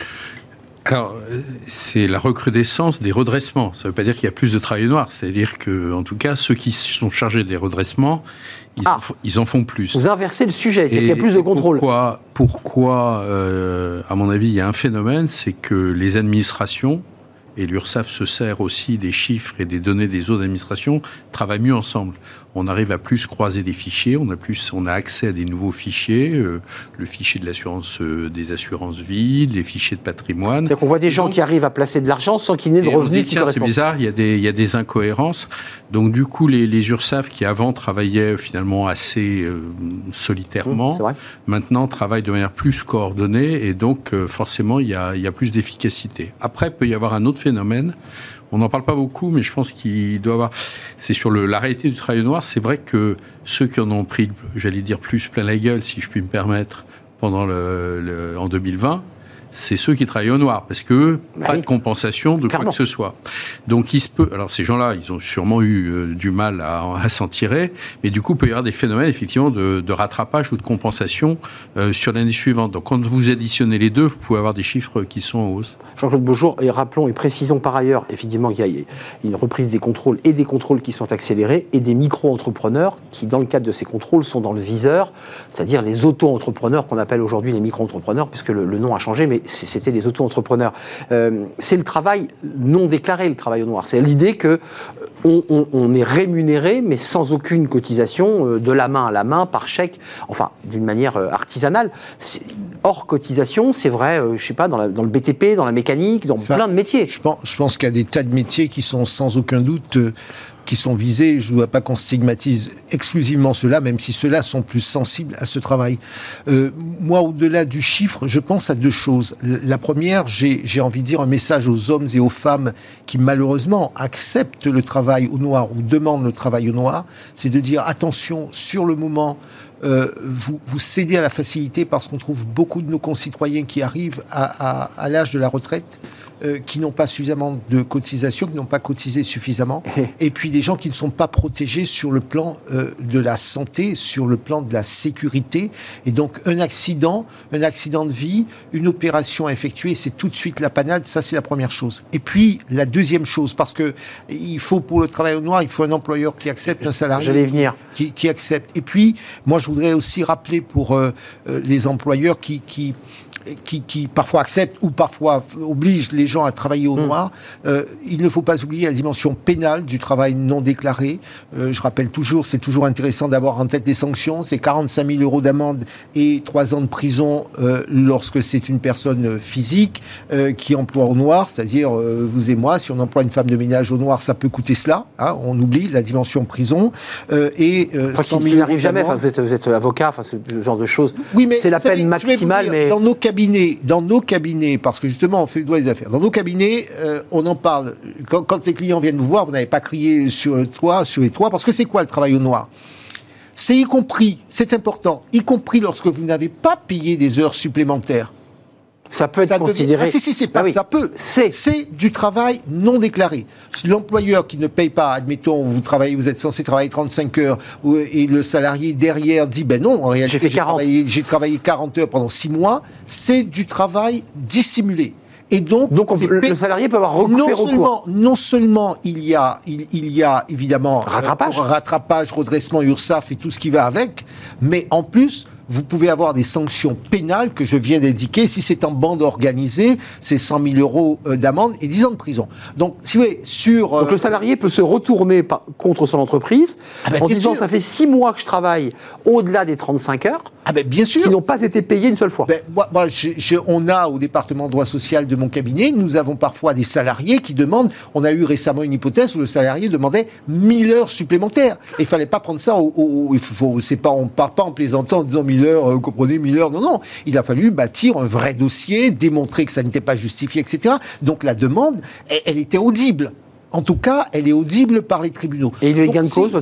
Alors, c'est la recrudescence des redressements. Ça ne veut pas dire qu'il y a plus de travail noir. C'est-à-dire que, en tout cas, ceux qui sont chargés des redressements, ils, ah. en, font, ils en font plus. Vous inversez le sujet, c'est qu'il y a plus de contrôle. Pourquoi, pourquoi euh, à mon avis, il y a un phénomène, c'est que les administrations, et l'URSSAF se sert aussi des chiffres et des données des autres administrations, travaillent mieux ensemble. On arrive à plus croiser des fichiers, on a plus, on a accès à des nouveaux fichiers, euh, le fichier de l'assurance, euh, des assurances vie, les fichiers de patrimoine. C'est-à-dire qu'on voit des gens donc, qui arrivent à placer de l'argent sans qu'il n'ait de revenus. Tiens, c'est bizarre, il y a des, il y a des incohérences. Donc du coup, les, les URSSAF qui avant travaillaient finalement assez euh, solitairement, mmh, maintenant travaillent de manière plus coordonnée et donc euh, forcément il y a, il y a plus d'efficacité. Après, il peut y avoir un autre phénomène. On n'en parle pas beaucoup, mais je pense qu'il doit y avoir... C'est sur le, la réalité du travail noir. C'est vrai que ceux qui en ont pris, j'allais dire, plus plein la gueule, si je puis me permettre, pendant le, le, en deux mille vingt, c'est ceux qui travaillent au noir, parce que bah pas oui. de compensation de Clairement. quoi que ce soit. Donc il se peut... Alors ces gens-là, ils ont sûrement eu euh, du mal à, à s'en tirer, mais du coup, il peut y avoir des phénomènes, effectivement, de, de rattrapage ou de compensation euh, sur l'année suivante. Donc quand vous additionnez les deux, vous pouvez avoir des chiffres qui sont en hausse. Jean-Claude Beaujour, et rappelons et précisons par ailleurs, effectivement, qu'il y a une reprise des contrôles et des contrôles qui sont accélérés, et des micro-entrepreneurs qui, dans le cadre de ces contrôles, sont dans le viseur, c'est-à-dire les auto-entrepreneurs qu'on appelle aujourd'hui les micro-entrepreneurs, puisque le, le nom a changé, mais c'était les auto-entrepreneurs. Euh, c'est le travail non déclaré, le travail au noir. C'est l'idée que on, on, on est rémunéré, mais sans aucune cotisation, euh, de la main à la main, par chèque, enfin, d'une manière euh, artisanale. C'est, hors cotisation, c'est vrai, euh, je sais pas, dans, la, dans le B T P, dans la mécanique, dans enfin, plein de métiers. Je pense, je pense qu'il y a des tas de métiers qui sont sans aucun doute... Euh, qui sont visés. Je ne voudrais pas qu'on stigmatise exclusivement ceux-là, même si ceux-là sont plus sensibles à ce travail. Euh, moi, au-delà du chiffre, je pense à deux choses. La première, j'ai, j'ai envie de dire un message aux hommes et aux femmes qui, malheureusement, acceptent le travail au noir ou demandent le travail au noir, c'est de dire, attention, sur le moment, Euh, vous, vous cédez à la facilité parce qu'on trouve beaucoup de nos concitoyens qui arrivent à, à, à l'âge de la retraite euh, qui n'ont pas suffisamment de cotisation, qui n'ont pas cotisé suffisamment, et puis des gens qui ne sont pas protégés sur le plan euh, de la santé, sur le plan de la sécurité, et donc un accident, un accident de vie, une opération à effectuer, c'est tout de suite la panade, ça c'est la première chose. Et puis la deuxième chose, parce que il faut pour le travail au noir, il faut un employeur qui accepte un salarié, J'allais venir. Qui, qui accepte. Et puis moi je Je voudrais aussi rappeler pour euh, euh, les employeurs qui, qui, qui, qui parfois acceptent ou parfois obligent les gens à travailler au mmh. noir, euh, il ne faut pas oublier la dimension pénale du travail non déclaré. Euh, je rappelle toujours, c'est toujours intéressant d'avoir en tête les sanctions, c'est quarante-cinq mille euros d'amende et trois ans de prison euh, lorsque c'est une personne physique euh, qui emploie au noir, c'est-à-dire euh, vous et moi, si on emploie une femme de ménage au noir, ça peut coûter cela, hein, on oublie la dimension prison, euh, et euh, cent mille n'arrive jamais, enfin, vous, êtes, vous êtes avocat, enfin, ce genre de choses, oui, mais c'est la peine savez, maximale. Dire, mais... Dans nos cabinets, dans nos cabinets, parce que justement on fait le doigt des affaires, dans nos cabinets, euh, on en parle, quand, quand les clients viennent nous voir, vous n'avez pas crié sur le toit, sur les toits, parce que c'est quoi le travail au noir ? C'est y compris, c'est important, y compris lorsque vous n'avez pas payé des heures supplémentaires. Ça peut être ça considéré... Devient... Ah, si, si, c'est pas... ah, oui. ça peut. C'est... c'est du travail non déclaré. L'employeur qui ne paye pas, admettons, vous travaillez, vous êtes censé travailler trente-cinq heures, et le salarié derrière dit, ben non, en réalité, j'ai, fait j'ai, travaillé, j'ai travaillé quarante heures pendant six mois, c'est du travail dissimulé. Et donc, donc on, le, le salarié peut avoir recours non au seulement, non seulement il y a, il, il y a évidemment rattrapage, euh, rattrapage, redressement, URSSAF et tout ce qui va avec, mais en plus, vous pouvez avoir des sanctions pénales que je viens d'indiquer. Si c'est en bande organisée, c'est cent mille euros d'amende et dix ans de prison. Donc, si vous voulez, sur... Donc, euh, le salarié peut se retourner par, contre son entreprise ah ben, en disant, sûr. ça fait six mois que je travaille au-delà des trente-cinq heures, ah ben, bien sûr. qui n'ont pas été payés une seule fois. Ben, moi, moi, j'ai, j'ai, on a, au département droit social de mon cabinet, nous avons parfois des salariés qui demandent, on a eu récemment une hypothèse où le salarié demandait mille heures supplémentaires. Et il ne fallait pas prendre ça au... au, au il faut, c'est pas, on ne part pas en plaisantant en disant mille heures, vous comprenez, mille heures, non, non. Il a fallu bâtir un vrai dossier, démontrer que ça n'était pas justifié, et cetera. Donc la demande, elle, elle était audible. En tout cas, elle est audible par les tribunaux. Et il y a eu Donc, gain de cause, si, votre salarié ?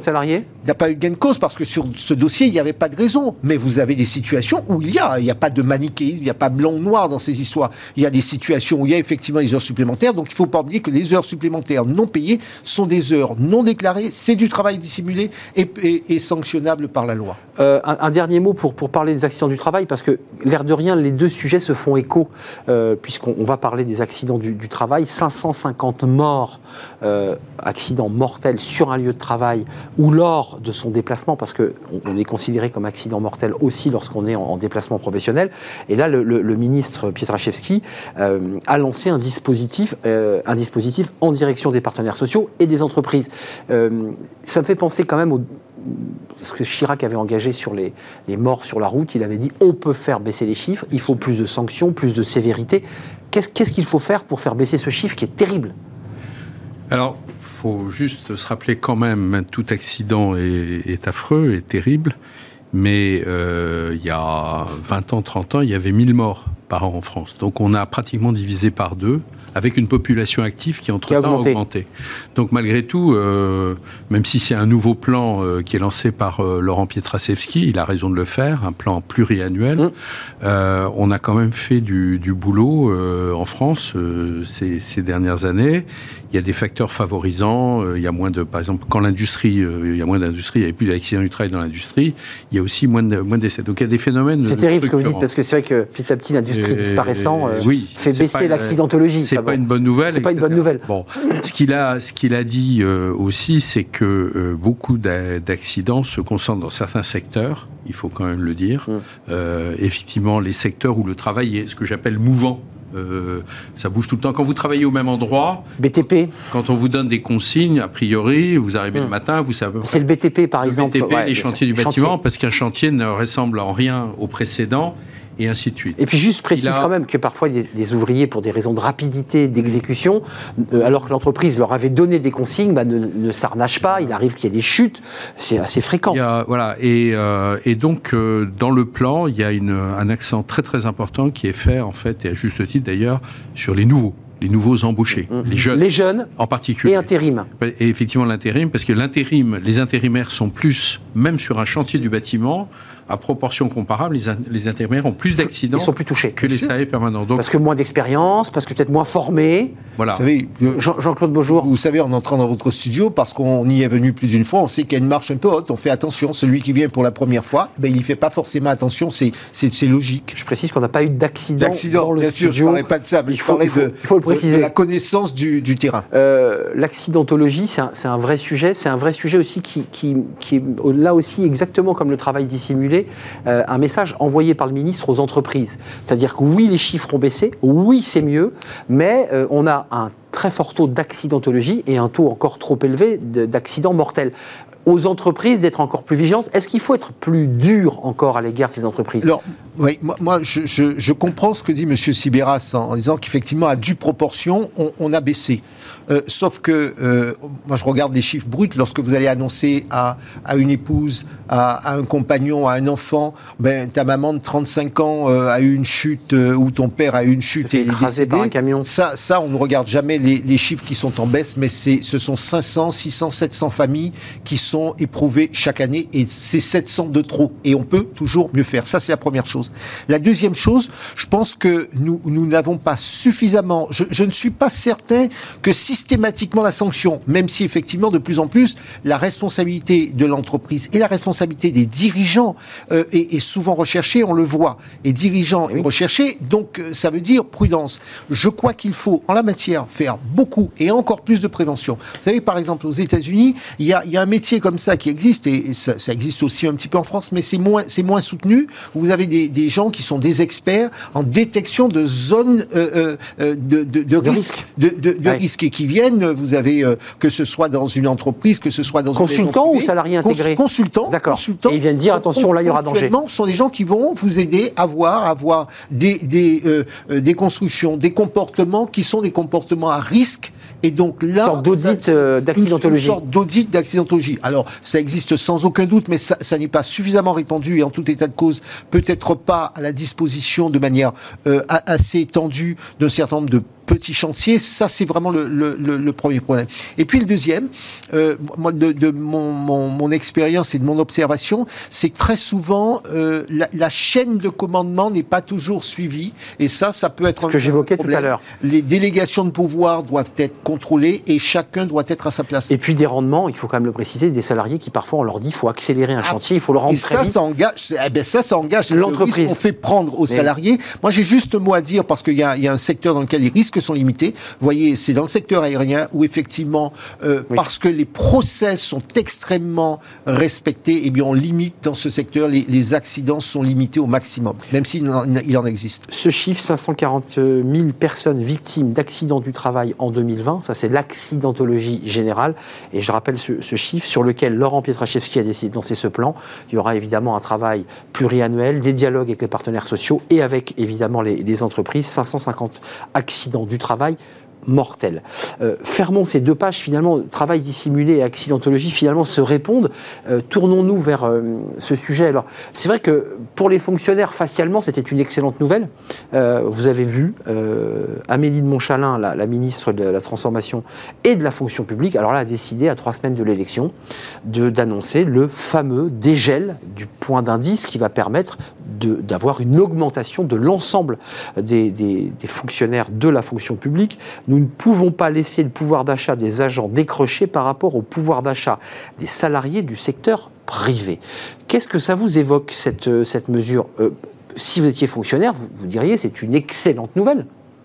n'y a pas eu de gain de cause parce que sur ce dossier, il n'y avait pas de raison. Mais vous avez des situations où il y a, il n'y a pas de manichéisme, il n'y a pas blanc ou noir dans ces histoires. Il y a des situations où il y a effectivement des heures supplémentaires. Donc il ne faut pas oublier que les heures supplémentaires non payées sont des heures non déclarées. C'est du travail dissimulé et, et, et sanctionnable par la loi. Euh, un, un dernier mot pour, pour parler des accidents du travail, parce que l'air de rien, les deux sujets se font écho, euh, puisqu'on on va parler des accidents du, du travail. cinq cent cinquante morts, euh, accidents mortels sur un lieu de travail ou lors de son déplacement, parce qu'on on est considéré comme accident mortel aussi lorsqu'on est en, en déplacement professionnel. Et là, le, le, le ministre Pietraszewski euh, a lancé un dispositif, euh, un dispositif en direction des partenaires sociaux et des entreprises. Euh, ça me fait penser quand même au... Ce que Chirac avait engagé sur les, les morts sur la route, il avait dit on peut faire baisser les chiffres, il faut plus de sanctions, plus de sévérité. Qu'est-ce, qu'est-ce qu'il faut faire pour faire baisser ce chiffre qui est terrible ? Alors, il faut juste se rappeler quand même, tout accident est, est affreux et terrible, mais euh, il y a vingt ans, trente ans, il y avait mille morts par an en France. Donc on a pratiquement divisé par deux, avec une population active qui entre-temps a augmenté. augmenté. Donc malgré tout, euh, même si c'est un nouveau plan euh, qui est lancé par euh, Laurent Pietraszewski, il a raison de le faire, un plan pluriannuel, mmh. euh, on a quand même fait du, du boulot euh, en France euh, ces, ces dernières années. Il y a des facteurs favorisants, euh, il y a moins de, par exemple, quand l'industrie, euh, il y a moins d'industrie, il n'y a plus d'accidents du travail dans l'industrie, il y a aussi moins de, moins d'essais. Donc il y a des phénomènes. C'est terrible ce que vous dites, parce que c'est vrai que petit à petit, l'industrie euh, disparaissant euh, oui, fait baisser pas, l'accidentologie. C'est pas bon. une bonne nouvelle. C'est pas une bonne nouvelle. Bon, ce qu'il a, ce qu'il a dit euh, aussi, c'est que euh, beaucoup d'a, d'accidents se concentrent dans certains secteurs. Il faut quand même le dire. Hum. Euh, effectivement, les secteurs où le travail est ce que j'appelle mouvant. Euh, ça bouge tout le temps. Quand vous travaillez au même endroit, B T P. Quand on vous donne des consignes, a priori, vous arrivez mmh. le matin, vous savez. C'est le B T P par le exemple. B T P, ouais, les chantiers du chantier. bâtiment, parce qu'un chantier ne ressemble en rien au précédent. Et ainsi de suite. Et puis juste précise a... quand même que parfois il y a des ouvriers pour des raisons de rapidité d'exécution, euh, alors que l'entreprise leur avait donné des consignes, bah, ne, ne s'arnachent pas, il arrive qu'il y ait des chutes, c'est assez fréquent. Il y a, voilà, et, euh, et donc euh, dans le plan, il y a une, un accent très très important qui est fait en fait, et à juste titre d'ailleurs, sur les nouveaux. Les nouveaux embauchés, mmh. les jeunes, les jeunes en particulier, et intérim. Et effectivement l'intérim, parce que l'intérim, les intérimaires sont plus, même sur un chantier du bâtiment, à proportion comparable, les, in- les intérimaires ont plus d'accidents. Ils sont plus touchés que les salariés permanents. Donc, parce que moins d'expérience, parce que peut-être moins formés. Voilà. Vous savez, Jean- Jean-Claude Beaujour. Vous savez, en entrant dans votre studio, parce qu'on y est venu plus d'une fois, on sait qu'il y a une marche un peu haute. On fait attention. Celui qui vient pour la première fois, ben, il n'y fait pas forcément attention. C'est, c'est, c'est logique. Je précise qu'on n'a pas eu d'accident, d'accident dans le bien studio. sûr, je ne parlais pas de ça, mais il je faut, parlais il faut, de, il faut le préciser. de la connaissance du, du terrain. Euh, l'accidentologie, c'est un, c'est un vrai sujet. C'est un vrai sujet aussi qui, qui, qui est là aussi exactement comme le travail dissimulé, euh, un message envoyé par le ministre aux entreprises. C'est-à-dire que oui, les chiffres ont baissé, oui, c'est mieux, mais euh, on a un très fort taux d'accidentologie et un taux encore trop élevé de, d'accidents mortels. Aux entreprises d'être encore plus vigilantes. Est-ce qu'il faut être plus dur encore à l'égard de ces entreprises ? Alors, oui, moi, moi je, je, je comprends ce que dit M. Sibéras en, en disant qu'effectivement, à due proportion, on, on a baissé. Euh, sauf que, euh, moi, je regarde les chiffres bruts. Lorsque vous allez annoncer à, à une épouse, à, à un compagnon, à un enfant, ben, ta maman de trente-cinq ans euh, a eu une chute, euh, ou ton père a eu une chute et est décédé. Par un camion. Ça, ça, on ne regarde jamais les, les chiffres qui sont en baisse, mais c'est, ce sont cinq cents, six cents, sept cents familles qui sont éprouvés chaque année et c'est sept cents de trop et on peut toujours mieux faire. Ça, c'est la première chose. La deuxième chose, je pense que nous, nous n'avons pas suffisamment, je, je ne suis pas certain que systématiquement la sanction, même si effectivement de plus en plus la responsabilité de l'entreprise et la responsabilité des dirigeants euh, est, est souvent recherchée, on le voit, et dirigeants oui. est recherchée, donc euh, ça veut dire prudence. Je crois qu'il faut en la matière faire beaucoup et encore plus de prévention. Vous savez, par exemple, aux États-Unis, il y a, il y a un métier comme ça qui existe, et ça, ça existe aussi un petit peu en France, mais c'est moins, c'est moins soutenu. Vous avez des, des gens qui sont des experts en détection de zones euh, euh, de, de, de risque, de, de, de ouais. risque, et qui viennent, vous avez, euh, que ce soit dans une entreprise, que ce soit dans consultant une ou salarié intégré Cons, Consultant. D'accord. Consultant. Et ils viennent dire, attention, là, il y aura danger. Ce sont des gens qui vont vous aider à voir, à voir des, des, euh, des constructions, des comportements qui sont des comportements à risque. Et donc là, une sorte d'audit ça, euh, d'accidentologie. Une sorte d'audit d'accidentologie. Alors, ça existe sans aucun doute, mais ça, ça n'est pas suffisamment répandu et en tout état de cause, peut-être pas à la disposition de manière euh, assez étendue d'un certain nombre de petits chantiers, ça c'est vraiment le, le, le, le premier problème. Et puis le deuxième, euh, moi de, de mon, mon, mon expérience et de mon observation, c'est que très souvent euh, la, la chaîne de commandement n'est pas toujours suivie, et ça, ça peut être ce que j'évoquais tout à l'heure. Les délégations de pouvoir doivent être contrôlées et chacun doit être à sa place. Et puis des rendements, il faut quand même le préciser, des salariés qui parfois on leur dit il faut accélérer un ah, chantier, il faut le rendre et très ça, vite. Ça engage, eh ben ça, ça engage l'entreprise. Le risque qu'on fait prendre aux Mais... salariés. Moi, j'ai juste un mot à dire parce qu'il y a, il y a un secteur dans lequel les risques sont limités. Vous voyez, c'est dans le secteur aérien où effectivement, euh, oui. parce que les process sont extrêmement respectés, eh bien on limite dans ce secteur, les, les accidents sont limités au maximum, même s'il en, il en existe. Ce chiffre, cinq cent quarante mille personnes victimes d'accidents du travail en deux mille vingt, ça c'est l'accidentologie générale. Et je rappelle ce, ce chiffre sur lequel Laurent Pietraszewski a décidé de lancer ce plan. Il y aura évidemment un travail pluriannuel, des dialogues avec les partenaires sociaux et avec évidemment les, les entreprises. cinq cent cinquante accidents du travail mortels. Euh, fermons ces deux pages, finalement, travail dissimulé et accidentologie, finalement, se répondent. Euh, tournons-nous vers euh, ce sujet. Alors, c'est vrai que pour les fonctionnaires, facialement, c'était une excellente nouvelle. Euh, vous avez vu euh, Amélie de Montchalin, la, la ministre de la Transformation et de la Fonction publique, alors là, a décidé, à trois semaines de l'élection, de, d'annoncer le fameux dégel du point d'indice qui va permettre de, d'avoir une augmentation de l'ensemble des, des, des fonctionnaires de la fonction publique. Nous ne pouvons pas laisser le pouvoir d'achat des agents décrocher par rapport au pouvoir d'achat des salariés du secteur privé. Qu'est-ce que ça vous évoque, cette, cette mesure ? euh, Si vous étiez fonctionnaire, vous, vous diriez c'est une excellente nouvelle.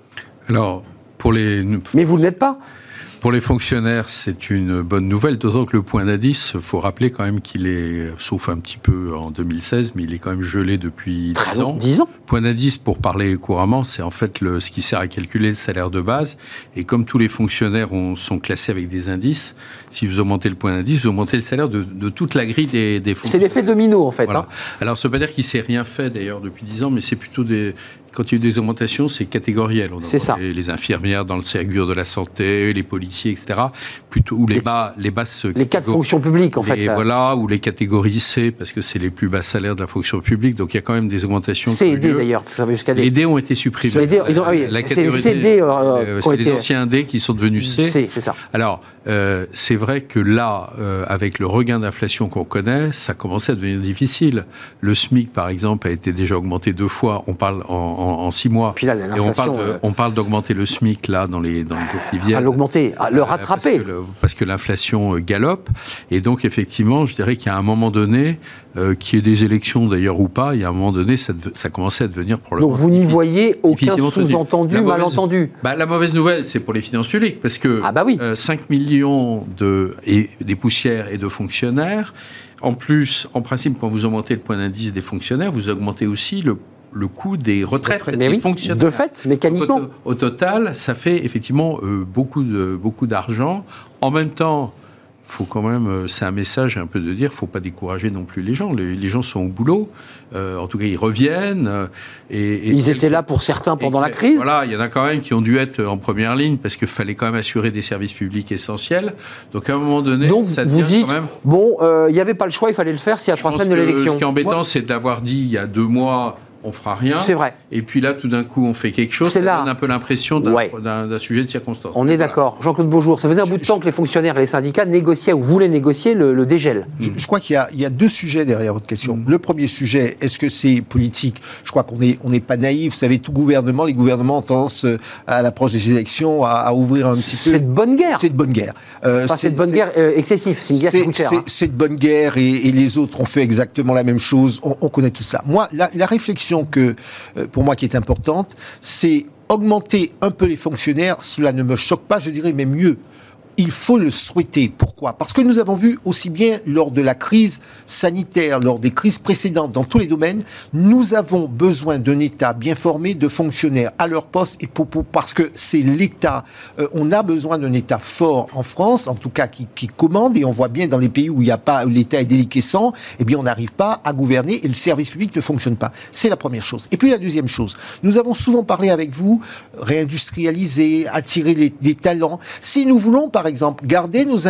Alors, pour les... Mais vous ne l'êtes pas. Pour les fonctionnaires, c'est une bonne nouvelle, d'autant que le point d'indice, il faut rappeler quand même qu'il est, sauf un petit peu en deux mille seize, mais il est quand même gelé depuis dix ans. dix ans. Point d'indice, pour parler couramment, c'est en fait le, ce qui sert à calculer le salaire de base. Et comme tous les fonctionnaires ont, sont classés avec des indices, si vous augmentez le point d'indice, vous augmentez le salaire de, de toute la grille des, des fonctionnaires. C'est l'effet domino, en fait. Voilà. Hein. Alors, ça ne veut pas dire qu'il ne s'est rien fait, d'ailleurs, depuis dix ans, mais c'est plutôt des... Quand il y a eu des augmentations, c'est catégoriel. On c'est ça. Les, les infirmières dans le Ségur de la santé, les policiers, et cetera. Plutôt, ou les, les bas, les basses... Les quatre fonctions publiques, en les, fait. Là. Voilà, ou les catégories C, parce que c'est les plus bas salaires de la fonction publique. Donc, il y a quand même des augmentations. C et D, d'ailleurs, parce que ça va jusqu'à D. Les D ont été supprimés. Les D, ils ont, ah oui, la catégorie c'est les C D, euh, euh, c'est les été... anciens D qui sont devenus C. C, c'est ça. Alors, euh, c'est vrai que là, euh, avec le regain d'inflation qu'on connaît, ça commençait à devenir difficile. Le SMIC, par exemple, a été déjà augmenté deux fois. On parle en, en, en six mois. Puis là, et on parle, de, euh... on parle d'augmenter le SMIC là dans les dans les jours qui viennent. Enfin, l'augmenter, le rattraper. Parce que, le, parce que l'inflation galope. Et donc, effectivement, je dirais qu'il y a un moment donné, euh, qu'il y ait des élections d'ailleurs ou pas, il y a un moment donné, ça, ça commençait à devenir probablement. Donc, vous n'y voyez aucun sous-entendu, mauvaise, malentendu. Bah, la mauvaise nouvelle, c'est pour les finances publiques, parce que ah bah oui. euh, cinq millions de et des poussières et de fonctionnaires. En plus, en principe, quand vous augmentez le point d'indice des fonctionnaires, vous augmentez aussi le le coût des retraites mais des oui, fonctionnaires. De fait, mécaniquement. Au, au total, ça fait effectivement euh, beaucoup de beaucoup d'argent. En même temps, faut quand même, c'est un message un peu de dire, faut pas décourager non plus les gens. Les, les gens sont au boulot, euh, en tout cas ils reviennent. Euh, et, et ils étaient là pour certains pendant et, la crise. Voilà, il y en a quand même qui ont dû être en première ligne parce qu'il fallait quand même assurer des services publics essentiels. Donc à un moment donné, donc ça vous devient dites, quand même. Bon, il euh, n'y avait pas le choix, il fallait le faire. C'est à trois semaines de l'élection. Ce qui est embêtant, ouais. c'est d'avoir dit il y a deux mois. On fera rien. C'est vrai. Et puis là, tout d'un coup, on fait quelque chose. C'est ça là. donne un peu l'impression d'un, ouais. d'un, d'un sujet de circonstance. On est voilà. d'accord. Jean-Claude Beaujour, ça faisait un bout de temps que les fonctionnaires et les syndicats négociaient ou voulaient négocier le, le dégel. Je, je crois qu'il y a, il y a deux sujets derrière votre question. Mmh. Le premier sujet, est-ce que c'est politique ? Je crois qu'on n'est on n'est pas naïf. Vous savez, tout gouvernement, les gouvernements ont tendance, à l'approche des élections, à, à ouvrir un petit c'est peu. C'est de bonne guerre. C'est de bonne guerre. Euh, enfin, c'est, c'est de bonne c'est, guerre euh, excessive. C'est une guerre qui coûte cher. C'est, hein. c'est de bonne guerre et, et les autres ont fait exactement la même chose. On, on connaît tout ça. Moi, la, la réflexion que pour moi qui est importante, c'est augmenter un peu les fonctionnaires. Cela ne me choque pas, je dirais, mais mieux. Il faut le souhaiter. Pourquoi ? Parce que nous avons vu aussi bien lors de la crise sanitaire, lors des crises précédentes, dans tous les domaines, nous avons besoin d'un État bien formé, de fonctionnaires à leur poste, et pour, pour, parce que c'est l'État. Euh, on a besoin d'un État fort en France, en tout cas qui, qui commande, et on voit bien dans les pays où il y a pas, où l'État est déliquescent, eh bien on n'arrive pas à gouverner et le service public ne fonctionne pas. C'est la première chose. Et puis la deuxième chose, nous avons souvent parlé avec vous, réindustrialiser, attirer les, des talents. Si nous voulons, par exemple, garder nos ingénieurs,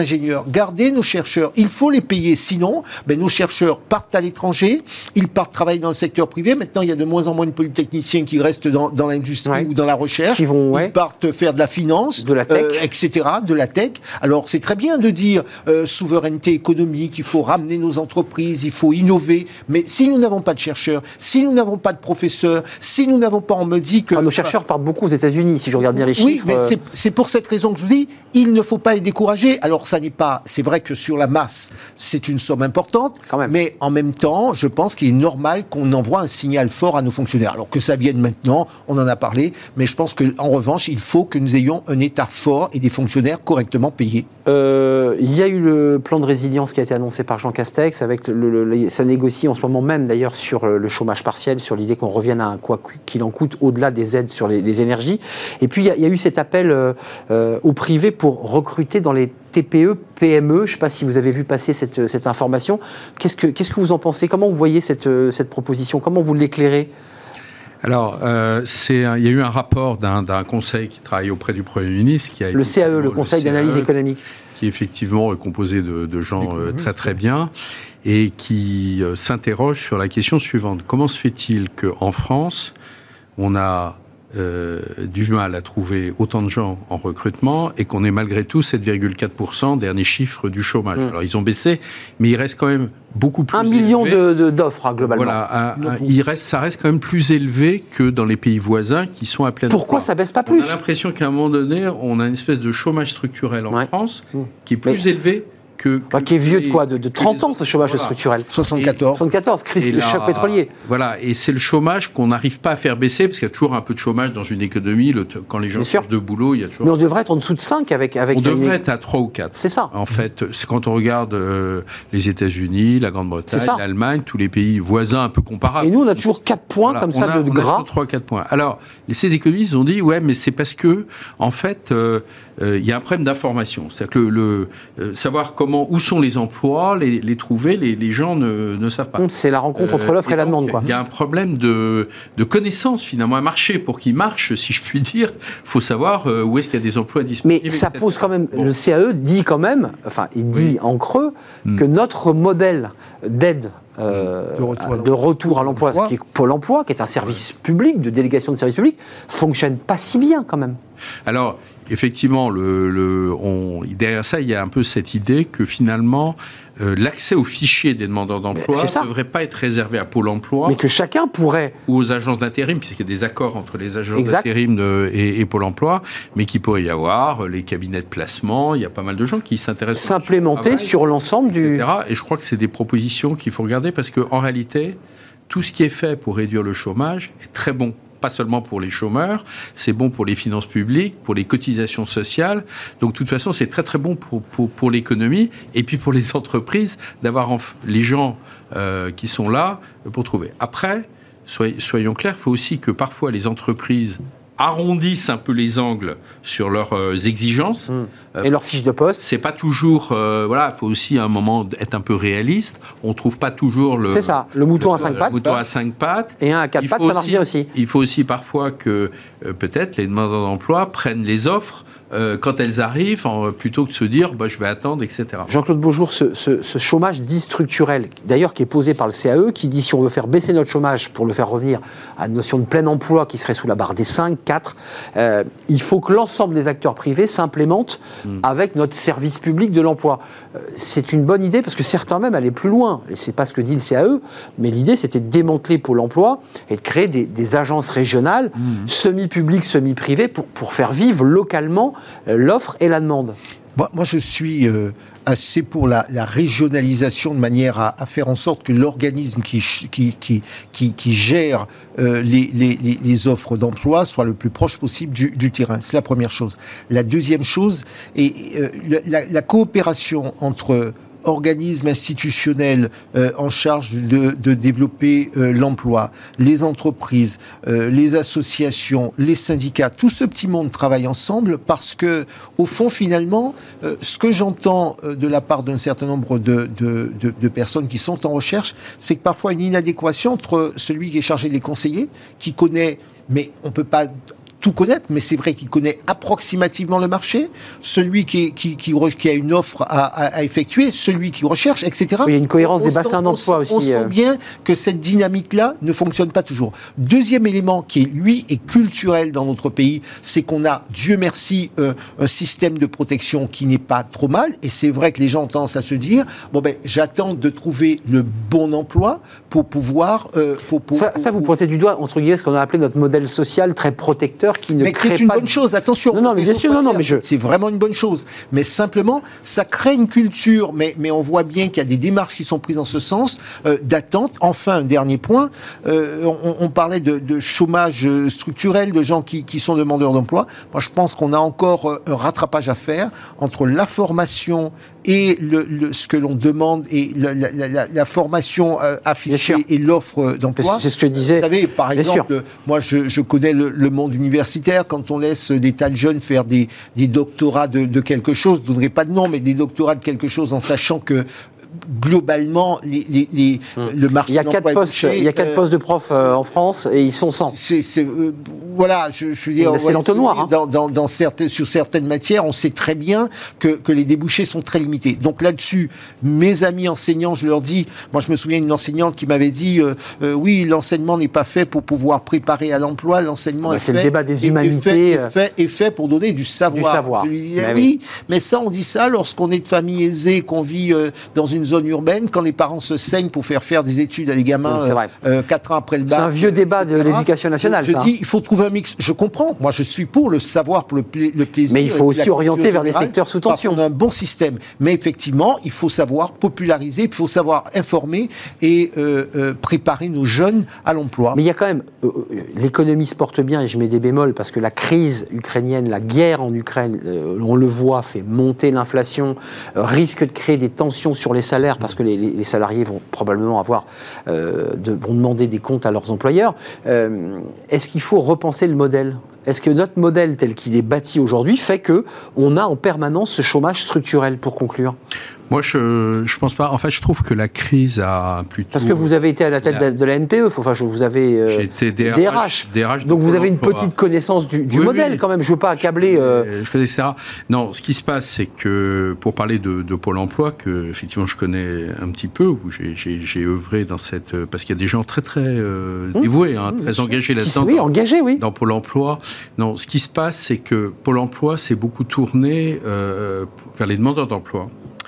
chercheurs, garder nos chercheurs. Il faut les payer, sinon, ben, nos chercheurs partent à l'étranger, ils partent travailler dans le secteur privé. Maintenant, il y a de moins en moins de polytechniciens qui restent dans, dans l'industrie ouais. ou dans la recherche. Qui vont, ouais. Ils partent faire de la finance, de la tech, euh, et cetera, de la tech. Alors, c'est très bien de dire euh, souveraineté économique, il faut ramener nos entreprises, il faut innover. Mais si nous n'avons pas de chercheurs, si nous n'avons pas de professeurs, si nous n'avons pas, on me dit que... Ah, nos chercheurs partent beaucoup aux États-Unis, si je regarde bien les chiffres. Oui, mais euh... c'est, c'est pour cette raison que je vous dis, il ne faut pas les décourager. Alors, ça n'est pas... C'est vrai que sur la masse, c'est une somme importante, quand même. Mais en même temps, je pense qu'il est normal qu'on envoie un signal fort à nos fonctionnaires. Alors que ça vienne maintenant, on en a parlé, mais je pense qu'en revanche, il faut que nous ayons un État fort et des fonctionnaires correctement payés. Euh, il y a eu le plan de résilience qui a été annoncé par Jean Castex, avec le, le, le, ça négocie en ce moment même d'ailleurs sur le chômage partiel, sur l'idée qu'on revienne à un quoi qu'il en coûte au-delà des aides sur les, les énergies. Et puis il y a, il y a eu cet appel euh, euh, au privé pour recruter dans les T P E, P M E. Je ne sais pas si vous avez vu passer cette, cette information. Qu'est-ce que, qu'est-ce que vous en pensez ? Comment vous voyez cette, cette proposition ? Comment vous l'éclairez ? Alors, euh, c'est un, il y a eu un rapport d'un, d'un conseil qui travaille auprès du Premier ministre. Qui a le C A E, le Conseil le d'analyse économique. Qui effectivement est composé de, de gens euh, très très bien et qui euh, s'interroge sur la question suivante. Comment se fait-il qu'en France, on a euh, du mal à trouver autant de gens en recrutement et qu'on ait malgré tout sept virgule quatre pour cent derniers chiffres du chômage. Mmh. Alors ils ont baissé, mais il reste quand même beaucoup plus un élevé. million de, de, d'offres hein, globalement. Voilà, un, un, il reste, ça reste quand même plus élevé que dans les pays voisins qui sont à plein emploi. Pourquoi ça baisse pas plus ? On a l'impression qu'à un moment donné, on a une espèce de chômage structurel en ouais. France mmh. qui est plus mais... élevé. Que, que bah, qui est vieux de quoi ? De, de trente ans, ce chômage voilà. structurel. soixante-quatorze. soixante-quatorze, crise du choc pétrolier. Voilà, et c'est le chômage qu'on n'arrive pas à faire baisser, parce qu'il y a toujours un peu de chômage dans une économie. Le, quand les gens changent de boulot, il y a toujours... Mais on devrait être en dessous de cinq avec... avec on des... devrait être à trois ou quatre. C'est ça. En fait, c'est quand on regarde euh, les États-Unis, la Grande-Bretagne, l'Allemagne, tous les pays voisins un peu comparables. Et nous, on a toujours quatre points voilà, comme ça a, de on gras. On a trois ou quatre points. Alors, ces économistes ont dit, ouais, mais c'est parce que, en fait, il euh, euh, y a un problème d'information. C'est-à-dire que le, le euh, savoir comment, où sont les emplois, les, les trouver, les, les gens ne, ne savent pas. C'est la rencontre euh, entre l'offre et, et la demande, quoi. Il y a un problème de, de connaissance, finalement. Un marché, pour qu'il marche, si je puis dire, il faut savoir euh, où est-ce qu'il y a des emplois disponibles. Mais ça et cetera. Pose quand même... Bon. Le C A E dit quand même, enfin, il dit oui. en creux, mm. que notre modèle d'aide Euh, de retour à l'emploi, de retour à l'emploi ce qui est Pôle emploi, qui est un service ouais. public, de délégation de service public, fonctionne pas si bien quand même. Alors, effectivement, le, le, on, derrière ça, il y a un peu cette idée que finalement, euh, l'accès aux fichiers des demandeurs d'emploi ne devrait pas être réservé à Pôle emploi. Mais que chacun pourrait. Ou aux agences d'intérim, puisqu'il y a des accords entre les agences exact. d'intérim de, et, et Pôle emploi, mais qu'il pourrait y avoir les cabinets de placement, il y a pas mal de gens qui s'intéressent. S'implémenter sur l'ensemble et cetera. du... Et je crois que c'est des propositions qu'il faut regarder, parce qu'en réalité, tout ce qui est fait pour réduire le chômage est très bon. Pas seulement pour les chômeurs, c'est bon pour les finances publiques, pour les cotisations sociales. Donc, de toute façon, c'est très, très bon pour, pour, pour l'économie et puis pour les entreprises d'avoir enf- les gens euh, qui sont là pour trouver. Après, soy- soyons clairs, il faut aussi que parfois les entreprises arrondissent un peu les angles sur leurs euh, exigences. Mmh. Et euh, leurs fiches de poste. C'est pas toujours... Euh, voilà, il faut aussi à un moment être un peu réaliste. On trouve pas toujours le... C'est ça, le mouton le, à cinq pattes. Le mouton à cinq pattes. Et un à quatre pattes, ça marche bien aussi. Il faut aussi parfois que, euh, peut-être, les demandeurs d'emploi prennent les offres euh, quand elles arrivent, en, plutôt que de se dire, bah, je vais attendre, et cetera. Jean-Claude Beaujour, ce, ce, ce chômage dit structurel, d'ailleurs qui est posé par le C A E, qui dit si on veut faire baisser notre chômage pour le faire revenir à une notion de plein emploi qui serait sous la barre des cinq, quatre, euh, il faut que l'ensemble des acteurs privés s'implémentent mmh. avec notre service public de l'emploi. Euh, c'est une bonne idée parce que certains même allaient plus loin. Et c'est pas ce que dit le C A E, mais l'idée c'était de démanteler Pôle emploi et de créer des, des agences régionales, mmh. semi-publiques, semi-privées, pour, pour faire vivre localement euh, l'offre et la demande. Moi, moi je suis euh, assez pour la, la régionalisation de manière à, à faire en sorte que l'organisme qui, qui, qui, qui, qui gère euh, les, les, les offres d'emploi soit le plus proche possible du, du terrain. C'est la première chose. La deuxième chose est euh, la, la coopération entre organismes institutionnels euh, en charge de, de développer euh, l'emploi, les entreprises, euh, les associations, les syndicats, tout ce petit monde travaille ensemble parce que, au fond, finalement, euh, ce que j'entends euh, de la part d'un certain nombre de, de, de, de personnes qui sont en recherche, c'est que parfois une inadéquation entre celui qui est chargé de les conseiller, qui connaît, mais on ne peut pas tout connaître, mais c'est vrai qu'il connaît approximativement le marché, celui qui, est, qui, qui, qui a une offre à, à, à effectuer, celui qui recherche, et cetera. Oui, il y a une cohérence on, des on bassins sent, d'emploi on, aussi. On sent euh... bien que cette dynamique-là ne fonctionne pas toujours. Deuxième élément qui, lui, est culturel dans notre pays, c'est qu'on a, Dieu merci, euh, un système de protection qui n'est pas trop mal, et c'est vrai que les gens ont tendance à se dire, bon ben, j'attends de trouver le bon emploi pour pouvoir... Euh, pour, pour, ça, pour, ça, vous pour... pointez du doigt, entre guillemets, ce qu'on a appelé notre modèle social très protecteur, qui ne mais crée qui est une pas bonne de... chose, attention. Non, non, mais bien sûr, non, non, mais je... C'est vraiment une bonne chose. Mais simplement, ça crée une culture, mais, mais on voit bien qu'il y a des démarches qui sont prises en ce sens, euh, d'attente. Enfin, un dernier point, euh, on, on parlait de, de chômage structurel, de gens qui, qui sont demandeurs d'emploi. Moi, je pense qu'on a encore un rattrapage à faire entre la formation et le, le, ce que l'on demande et la, la, la, la formation euh, affichée et l'offre d'emploi. C'est ce que je disais. Vous savez, par exemple, sûr. moi, je, je connais le, le monde universitaire. Quand on laisse des tas de jeunes faire des, des doctorats de, de quelque chose, je ne donnerai pas de nom, mais des doctorats de quelque chose en sachant que globalement, les, les, les, hum. le marché il y a quatre postes, bouché, il y a quatre euh, postes de profs euh, en France et ils sont cent. C'est, c'est, euh, voilà, je, je veux dire, c'est l'entonnoir. Hein. Dans, dans, dans certaines, sur certaines matières, on sait très bien que, que les débouchés sont très limités. Donc là-dessus, mes amis enseignants, je leur dis, moi je me souviens d'une enseignante qui m'avait dit, euh, euh, oui, l'enseignement n'est pas fait pour pouvoir préparer à l'emploi, l'enseignement ouais, est, c'est fait, le débat des est, humanités, est, fait, est, fait, est fait pour donner du savoir. Du savoir. Je lui disais, mais oui, oui, mais ça, on dit ça lorsqu'on est de famille aisée, qu'on vit euh, dans une zone urbaine, quand les parents se saignent pour faire faire des études à des gamins euh, euh, quatre ans après le bac. C'est un vieux débat et cetera de l'éducation nationale. Je, je ça. dis, il faut trouver un mix. Je comprends. Moi, je suis pour le savoir, pour le, pla- le plaisir. Mais il faut aussi orienter vers des secteurs sous tension. On a un bon système. Mais effectivement, il faut savoir populariser, il faut savoir informer et euh, euh, préparer nos jeunes à l'emploi. Mais il y a quand même... Euh, l'économie se porte bien, et je mets des bémols, parce que la crise ukrainienne, la guerre en Ukraine, euh, on le voit, fait monter l'inflation, euh, risque de créer des tensions sur les salaires, parce que les, les, les salariés vont probablement avoir, euh, de, vont demander des comptes à leurs employeurs. Euh, est-ce qu'il faut repenser le modèle ? Est-ce que notre modèle tel qu'il est bâti aujourd'hui fait qu'on a en permanence ce chômage structurel, pour conclure ? Moi, je je pense pas. En fait, je trouve que la crise a plutôt... Parce que vous avez été à la tête la... de la N P E, enfin, vous avez... Euh, J'ai été D R H. D R H. D R H donc vous avez une petite connaissance du, du oui, modèle, oui. quand même. Je ne veux pas accabler... Euh... Je connais ça. Non, ce qui se passe, c'est que, pour parler de, de Pôle emploi, que effectivement je connais un petit peu, où j'ai, j'ai, j'ai œuvré dans cette... Parce qu'il y a des gens très, très euh, dévoués, hein, mmh, très engagés là-dedans. Oui, dans, engagés, oui. Dans Pôle emploi. Non, ce qui se passe, c'est que Pôle emploi s'est beaucoup tourné euh, vers les demandeurs d'emploi.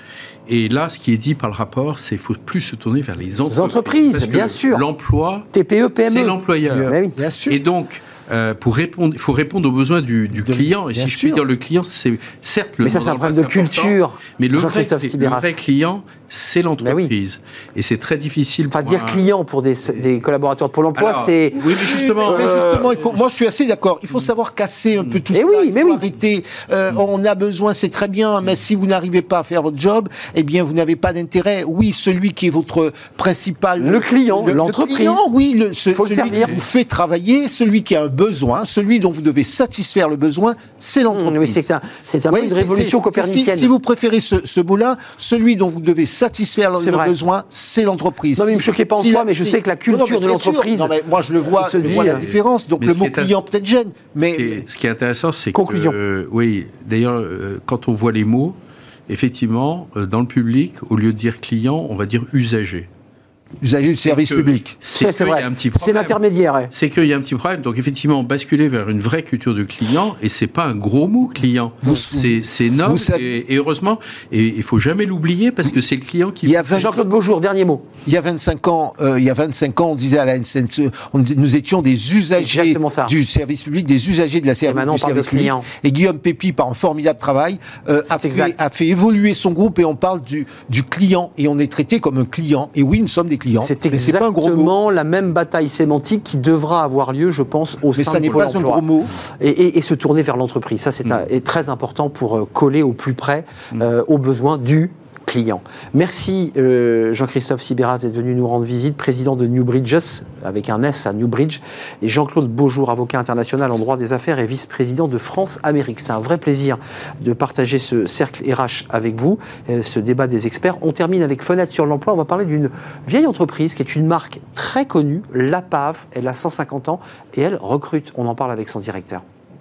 Et là, ce qui est dit par le rapport, c'est qu'il faut plus se tourner vers les entreprises. Les entreprises, parce que bien sûr. L'emploi, T P E, P M E. C'est l'employeur. Bien, oui. bien sûr. Et donc, euh, pour répondre, il faut répondre aux besoins du, du client. Et si je puis dire, le client, c'est certes le. Mais ça, c'est un problème de culture. Mais le vrai, le vrai client, c'est l'entreprise. Oui. Et c'est très difficile. Enfin, dire un... client pour des, des collaborateurs de Pôle emploi, Alors, c'est. Oui, mais justement. Euh... Mais justement il faut, moi, je suis assez d'accord. Il faut savoir casser un peu tout et ça. Oui, il faut mais oui. arrêter. Euh, on a besoin, c'est très bien, mais si vous n'arrivez pas à faire votre job, eh bien, vous n'avez pas d'intérêt. Oui, celui qui est votre principal. Le client, le, l'entreprise. Le client, oui, le, ce, faut celui le servir. qui vous fait travailler, celui qui a un besoin, celui dont vous devez satisfaire le besoin, c'est l'entreprise. Oui, c'est un, c'est un oui, peu une c'est, révolution c'est, copernicienne. Si, si vous préférez ce, ce mot-là, celui dont vous devez satisfaire le, le besoin, c'est l'entreprise. Non, mais ne me choquez pas en si soi, la, mais je si, sais que la culture non, non, de l'entreprise. Non, mais moi, je le vois, je vois la différence. Donc, le mot client peut-être gêne. Mais ce qui est, ce qui est intéressant, c'est Conclusion. que. Euh, oui, d'ailleurs, euh, quand on voit les mots, effectivement, euh, dans le public, au lieu de dire client, on va dire usager. Usager du service que, public. C'est, c'est vrai. Y a un petit c'est l'intermédiaire. Ouais. C'est qu'il y a un petit problème. Donc, effectivement, basculer vers une vraie culture de client, et c'est pas un gros mot, client. Vous, c'est, c'est énorme. Et, et heureusement, et il faut jamais l'oublier parce que c'est le client qui. Il y a vingt... Jean-Claude Beaujour, dernier mot. Il y a vingt-cinq ans, euh, il y a vingt-cinq ans, on disait à la N S N C, on disait, nous étions des usagers du service public, des usagers de la service, du service public. Et Guillaume Pépi, par un formidable travail, euh, a, fait, a fait évoluer son groupe et on parle du, du client et on est traité comme un client. Et oui, nous sommes des clients. C'est mais c'est exactement la même bataille sémantique qui devra avoir lieu, je pense, au mais sein de Pôle emploi. Mais ça n'est pas un gros mot. Et, et, et se tourner vers l'entreprise. Ça, c'est mmh. un, est très important pour euh, coller au plus près mmh. euh, aux besoins du client. Merci euh, Jean-Christophe Sibéras d'être venu nous rendre visite, président de Newbridges, avec un S à Newbridge, et Jean-Claude Beaujour, avocat international en droit des affaires et vice-président de France-Amérique. C'est un vrai plaisir de partager ce cercle R H avec vous, ce débat des experts. On termine avec Fenêtre sur l'emploi. On va parler d'une vieille entreprise qui est une marque très connue, l'A P A V. Elle a cent cinquante ans et elle recrute. On en parle avec son directeur.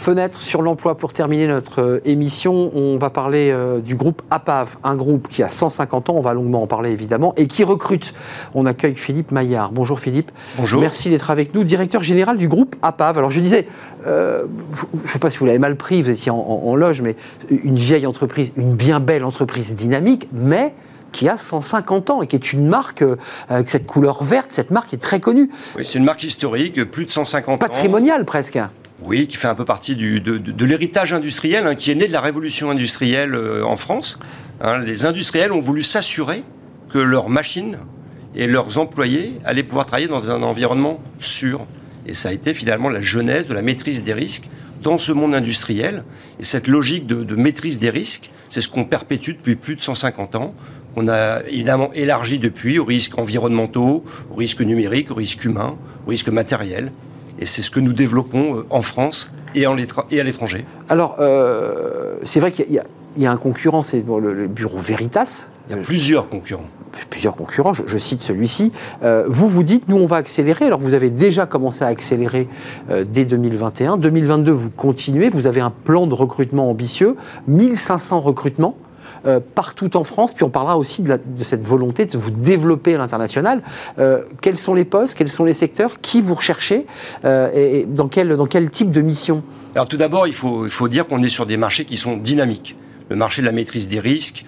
fenêtre sur l'emploi pour terminer notre euh, émission. On va parler euh, du groupe APAV, un groupe qui a cent cinquante ans, on va longuement en parler évidemment, et qui recrute. On accueille Philippe Maillard. Bonjour Philippe. Bonjour. Merci d'être avec nous, directeur général du groupe APAV. Alors je disais, euh, je ne sais pas si vous l'avez mal pris, vous étiez en, en, en loge, mais une vieille entreprise, une bien belle entreprise dynamique, mais qui a cent cinquante ans et qui est une marque euh, avec cette couleur verte. Cette marque est très connue. Oui, c'est une marque historique, plus de cent cinquante ans. Patrimoniale presque. Oui, qui fait un peu partie du, de, de, de l'héritage industriel, hein, qui est né de la révolution industrielle euh, en France. Hein, les industriels ont voulu s'assurer que leurs machines et leurs employés allaient pouvoir travailler dans un environnement sûr. Et ça a été finalement la genèse de la maîtrise des risques dans ce monde industriel. Et cette logique de, de maîtrise des risques, c'est ce qu'on perpétue depuis plus de cent cinquante ans. On a évidemment élargi depuis aux risques environnementaux, aux risques numériques, aux risques humains, aux risques matériels. Et c'est ce que nous développons en France et, en et à l'étranger. Alors, euh, c'est vrai qu'il y a, il y a un concurrent, c'est bon, le, le bureau Veritas. Il y a plusieurs concurrents. Plusieurs concurrents, je, je cite celui-ci. Euh, vous vous dites, nous on va accélérer. Alors vous avez déjà commencé à accélérer euh, dès deux mille vingt et un. deux mille vingt-deux, vous continuez. Vous avez un plan de recrutement ambitieux, mille cinq cents recrutements. Euh, partout en France, puis on parlera aussi de, la, de cette volonté de vous développer à l'international. Euh, quels sont les postes, quels sont les secteurs, qui vous recherchez euh, et, et dans, quel, dans quel type de mission? Alors tout d'abord, il faut, il faut dire qu'on est sur des marchés qui sont dynamiques. Le marché de la maîtrise des risques,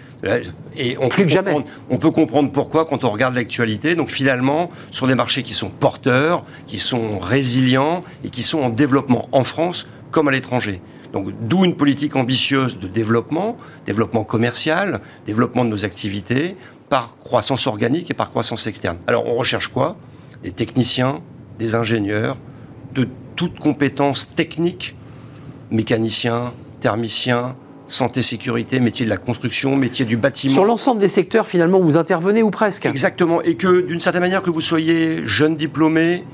et on plus que jamais. On peut comprendre pourquoi quand on regarde l'actualité. Donc finalement, sur des marchés qui sont porteurs, qui sont résilients et qui sont en développement en France comme à l'étranger. Donc, d'où une politique ambitieuse de développement, développement commercial, développement de nos activités, par croissance organique et par croissance externe. Alors, on recherche quoi? Des techniciens, des ingénieurs, de toutes compétences techniques, mécaniciens, thermiciens, santé, sécurité, métier de la construction, métier du bâtiment. Sur l'ensemble des secteurs, finalement, vous intervenez ou presque? Exactement. Et que, d'une certaine manière, que vous soyez jeune diplômé,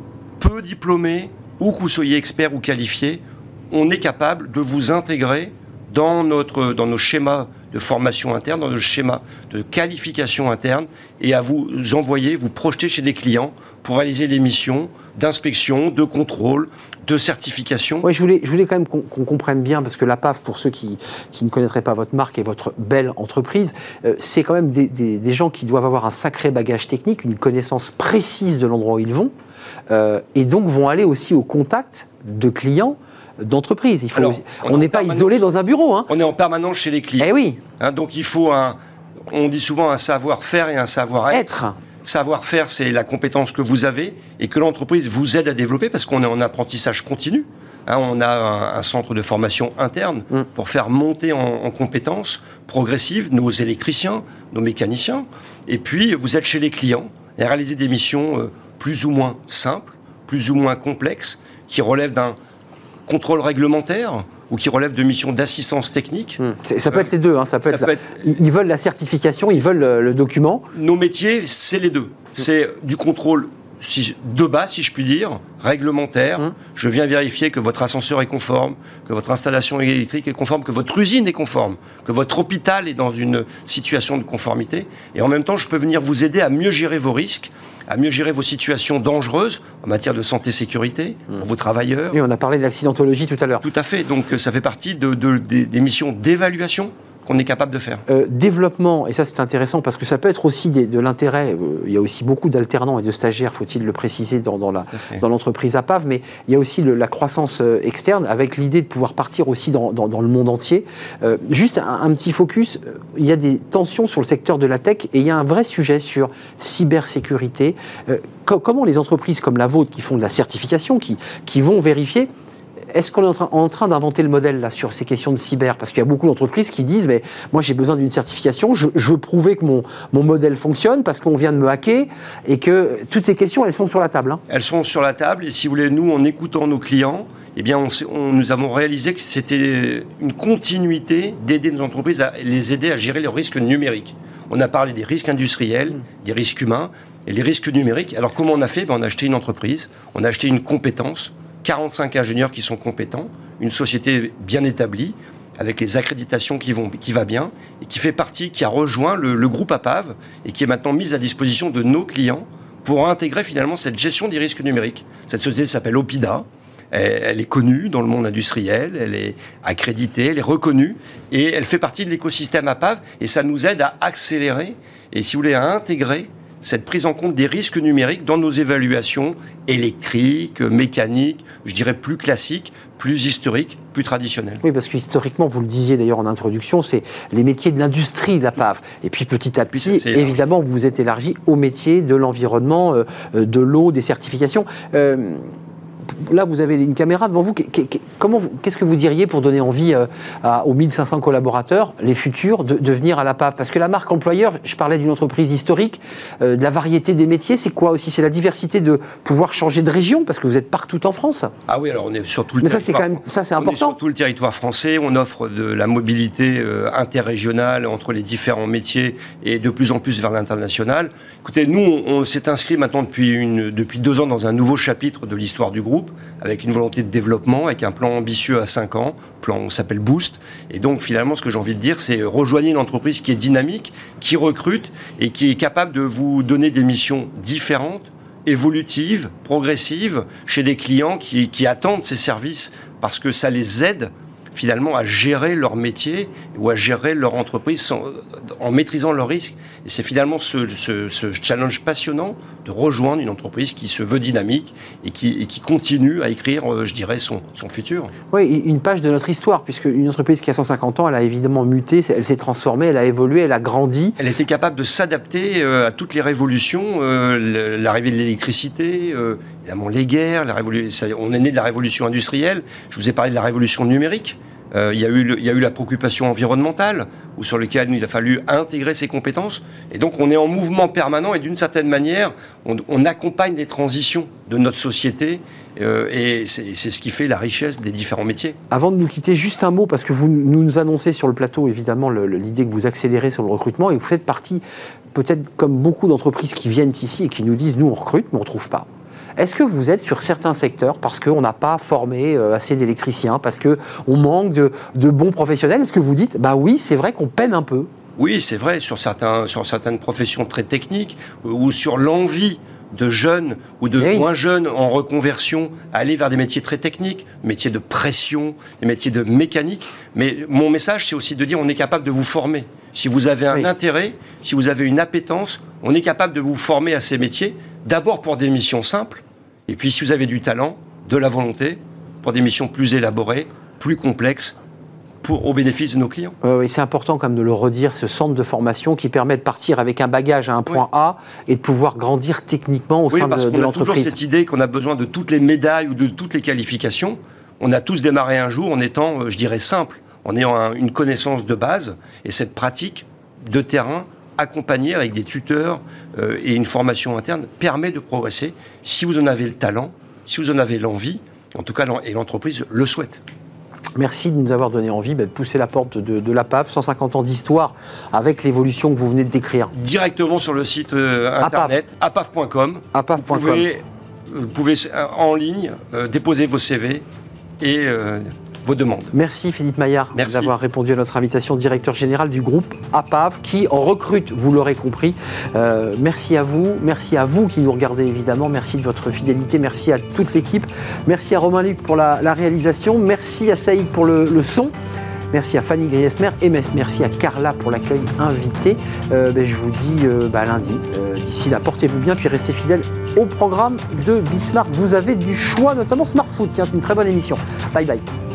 peu diplômé, ou que vous soyez expert ou qualifié, on est capable de vous intégrer dans, notre, dans nos schémas de formation interne, dans nos schémas de qualification interne, et à vous envoyer, vous projeter chez des clients pour réaliser les missions d'inspection, de contrôle, de certification. Oui, je voulais, je voulais quand même qu'on, qu'on comprenne bien, parce que l'APAV, pour ceux qui, qui ne connaîtraient pas votre marque et votre belle entreprise, euh, c'est quand même des, des, des gens qui doivent avoir un sacré bagage technique, une connaissance précise de l'endroit où ils vont, euh, et donc vont aller aussi au contact de clients, d'entreprise. Il faut, Alors, on n'est pas isolé dans un bureau. Hein. On est en permanence chez les clients. Eh oui. Hein, donc il faut un, on dit souvent un savoir-faire et un savoir-être. Être. Savoir-faire, c'est la compétence que vous avez et que l'entreprise vous aide à développer parce qu'on est en apprentissage continu. Hein, on a un, un centre de formation interne mm. pour faire monter en, en compétences progressives nos électriciens, nos mécaniciens. Et puis, vous êtes chez les clients et réaliser des missions euh, plus ou moins simples, plus ou moins complexes, qui relèvent d'un contrôle réglementaire ou qui relèvent de missions d'assistance technique. Mmh. Ça peut être les deux. Hein. Ça peut ça être peut la... être... Ils veulent la certification, ils veulent le, le document. Nos métiers, c'est les deux. Mmh. C'est du contrôle si, de bas, si je puis dire, réglementaire. Mmh. Je viens vérifier que votre ascenseur est conforme, que votre installation électrique est conforme, que votre usine est conforme, que votre hôpital est dans une situation de conformité. Et en même temps, je peux venir vous aider à mieux gérer vos risques, à mieux gérer vos situations dangereuses en matière de santé-sécurité mmh. pour vos travailleurs. Oui, on a parlé de l'accidentologie tout à l'heure. Tout à fait. Donc, ça fait partie de, de, de, des missions d'évaluation qu'on est capable de faire. Euh, développement, et ça c'est intéressant parce que ça peut être aussi des, de l'intérêt, euh, il y a aussi beaucoup d'alternants et de stagiaires, faut-il le préciser, dans, dans, la, dans l'entreprise APAV, mais il y a aussi le, la croissance euh, externe avec l'idée de pouvoir partir aussi dans, dans, dans le monde entier. Euh, juste un, un petit focus, il y a des tensions sur le secteur de la tech et il y a un vrai sujet sur cybersécurité. Euh, co- comment les entreprises comme la vôtre qui font de la certification, qui, qui vont vérifier, est-ce qu'on est en train, en train d'inventer le modèle là, sur ces questions de cyber? Parce qu'il y a beaucoup d'entreprises qui disent mais moi j'ai besoin d'une certification, je, je veux prouver que mon, mon modèle fonctionne parce qu'on vient de me hacker et que toutes ces questions elles sont sur la table. Hein. Elles sont sur la table et si vous voulez, nous en écoutant nos clients, eh bien, on, on, nous avons réalisé que c'était une continuité d'aider nos entreprises à les aider à gérer leurs risques numériques. On a parlé des risques industriels, des risques humains et les risques numériques. Alors comment on a fait? Ben, on a acheté une entreprise, on a acheté une compétence, quarante-cinq ingénieurs qui sont compétents, une société bien établie, avec les accréditations qui vont, qui va bien, et qui fait partie, qui a rejoint le, le groupe APAV, et qui est maintenant mise à disposition de nos clients pour intégrer finalement cette gestion des risques numériques. Cette société s'appelle Opida, Elle, elle est connue dans le monde industriel, elle est accréditée, elle est reconnue, et elle fait partie de l'écosystème A P A V, et ça nous aide à accélérer, et si vous voulez, à intégrer cette prise en compte des risques numériques dans nos évaluations électriques, mécaniques, je dirais plus classiques, plus historiques, plus traditionnelles. Oui, parce que historiquement, vous le disiez d'ailleurs en introduction, c'est les métiers de l'industrie de la P A V. Et puis petit à petit, oui, évidemment, vous vous êtes élargi aux métiers de l'environnement, euh, de l'eau, des certifications. Euh, Là, vous avez une caméra devant vous. Comment, qu'est-ce que vous diriez pour donner envie euh, à, aux mille cinq cents collaborateurs, les futurs, de, de venir à la P A V? Parce que la marque employeur, je parlais d'une entreprise historique, euh, de la variété des métiers, c'est quoi aussi? C'est la diversité de pouvoir changer de région, parce que vous êtes partout en France. Ah oui, alors on est sur tout le Mais territoire. Mais ça, c'est quand même, ça, c'est important. On est sur tout le territoire français. On offre de la mobilité euh, interrégionale entre les différents métiers et de plus en plus vers l'international. Écoutez, nous, on, on s'est inscrit maintenant depuis, une, depuis deux ans dans un nouveau chapitre de l'histoire du groupe, avec une volonté de développement, avec un plan ambitieux à cinq ans, plan s'appelle Boost. Et donc finalement, ce que j'ai envie de dire, c'est rejoignez une entreprise qui est dynamique, qui recrute et qui est capable de vous donner des missions différentes, évolutives, progressives, chez des clients qui, qui attendent ces services parce que ça les aide finalement à gérer leur métier ou à gérer leur entreprise sans, en maîtrisant leurs risques. Et c'est finalement ce, ce, ce challenge passionnant de rejoindre une entreprise qui se veut dynamique et qui, et qui continue à écrire, euh, je dirais, son, son futur. Oui, une page de notre histoire, puisque une entreprise qui a cent cinquante ans, elle a évidemment muté, elle s'est transformée, elle a évolué, elle a grandi. Elle était capable de s'adapter euh, à toutes les révolutions, euh, l'arrivée de l'électricité, euh, évidemment les guerres, la révolu- ça, on est né de la révolution industrielle, je vous ai parlé de la révolution numérique. Euh, il, y a eu le, il y a eu la préoccupation environnementale, où, sur laquelle il nous a fallu intégrer ces compétences. Et donc, on est en mouvement permanent et d'une certaine manière, on, on accompagne les transitions de notre société. Euh, et c'est, c'est ce qui fait la richesse des différents métiers. Avant de nous quitter, juste un mot, parce que vous nous, nous annoncez sur le plateau, évidemment, le, le, l'idée que vous accélérez sur le recrutement et vous faites partie, peut-être comme beaucoup d'entreprises qui viennent ici et qui nous disent « nous, on recrute, mais on ne trouve pas ». Est-ce que vous êtes sur certains secteurs parce qu'on n'a pas formé assez d'électriciens, parce qu'on manque de, de bons professionnels? Est-ce que vous dites, bah oui, c'est vrai qu'on peine un peu? Oui, c'est vrai, sur, certains, sur certaines professions très techniques, ou sur l'envie de jeunes ou de oui. moins jeunes en reconversion à aller vers des métiers très techniques, métiers de pression, des métiers de mécanique. Mais mon message, c'est aussi de dire on est capable de vous former. Si vous avez un oui. intérêt, si vous avez une appétence, on est capable de vous former à ces métiers, d'abord pour des missions simples, et puis si vous avez du talent, de la volonté, pour des missions plus élaborées, plus complexes, pour, au bénéfice de nos clients. Euh, oui, c'est important quand même de le redire, ce centre de formation qui permet de partir avec un bagage à un point oui. A et de pouvoir grandir techniquement au oui, sein de, de l'entreprise. Oui, parce qu'on a toujours cette idée qu'on a besoin de toutes les médailles ou de toutes les qualifications. On a tous démarré un jour en étant, je dirais, simple, en ayant un, une connaissance de base et cette pratique de terrain accompagnée avec des tuteurs euh, et une formation interne permet de progresser si vous en avez le talent, si vous en avez l'envie, en tout cas, et l'entreprise le souhaite. Merci de nous avoir donné envie bah, de pousser la porte de, de l'A P A V, cent cinquante ans d'histoire avec l'évolution que vous venez de décrire. Directement sur le site euh, internet a p a v point com. a p a v point com. Vous pouvez, vous pouvez en ligne euh, déposer vos C V et euh, vos demandes. Merci Philippe Maillard d'avoir répondu à notre invitation, directeur général du groupe A P A V qui en recrute, vous l'aurez compris. Euh, merci à vous, merci à vous qui nous regardez évidemment, merci de votre fidélité, merci à toute l'équipe, merci à Romain Luc pour la, la réalisation, merci à Saïd pour le, le son. Merci à Fanny Griesmer et merci à Carla pour l'accueil invité. Euh, ben, je vous dis euh, bah, lundi. Euh, d'ici là, portez-vous bien, puis restez fidèles au programme de Bismarck. Vous avez du choix, notamment Smart Food, qui est une très bonne émission. Bye bye.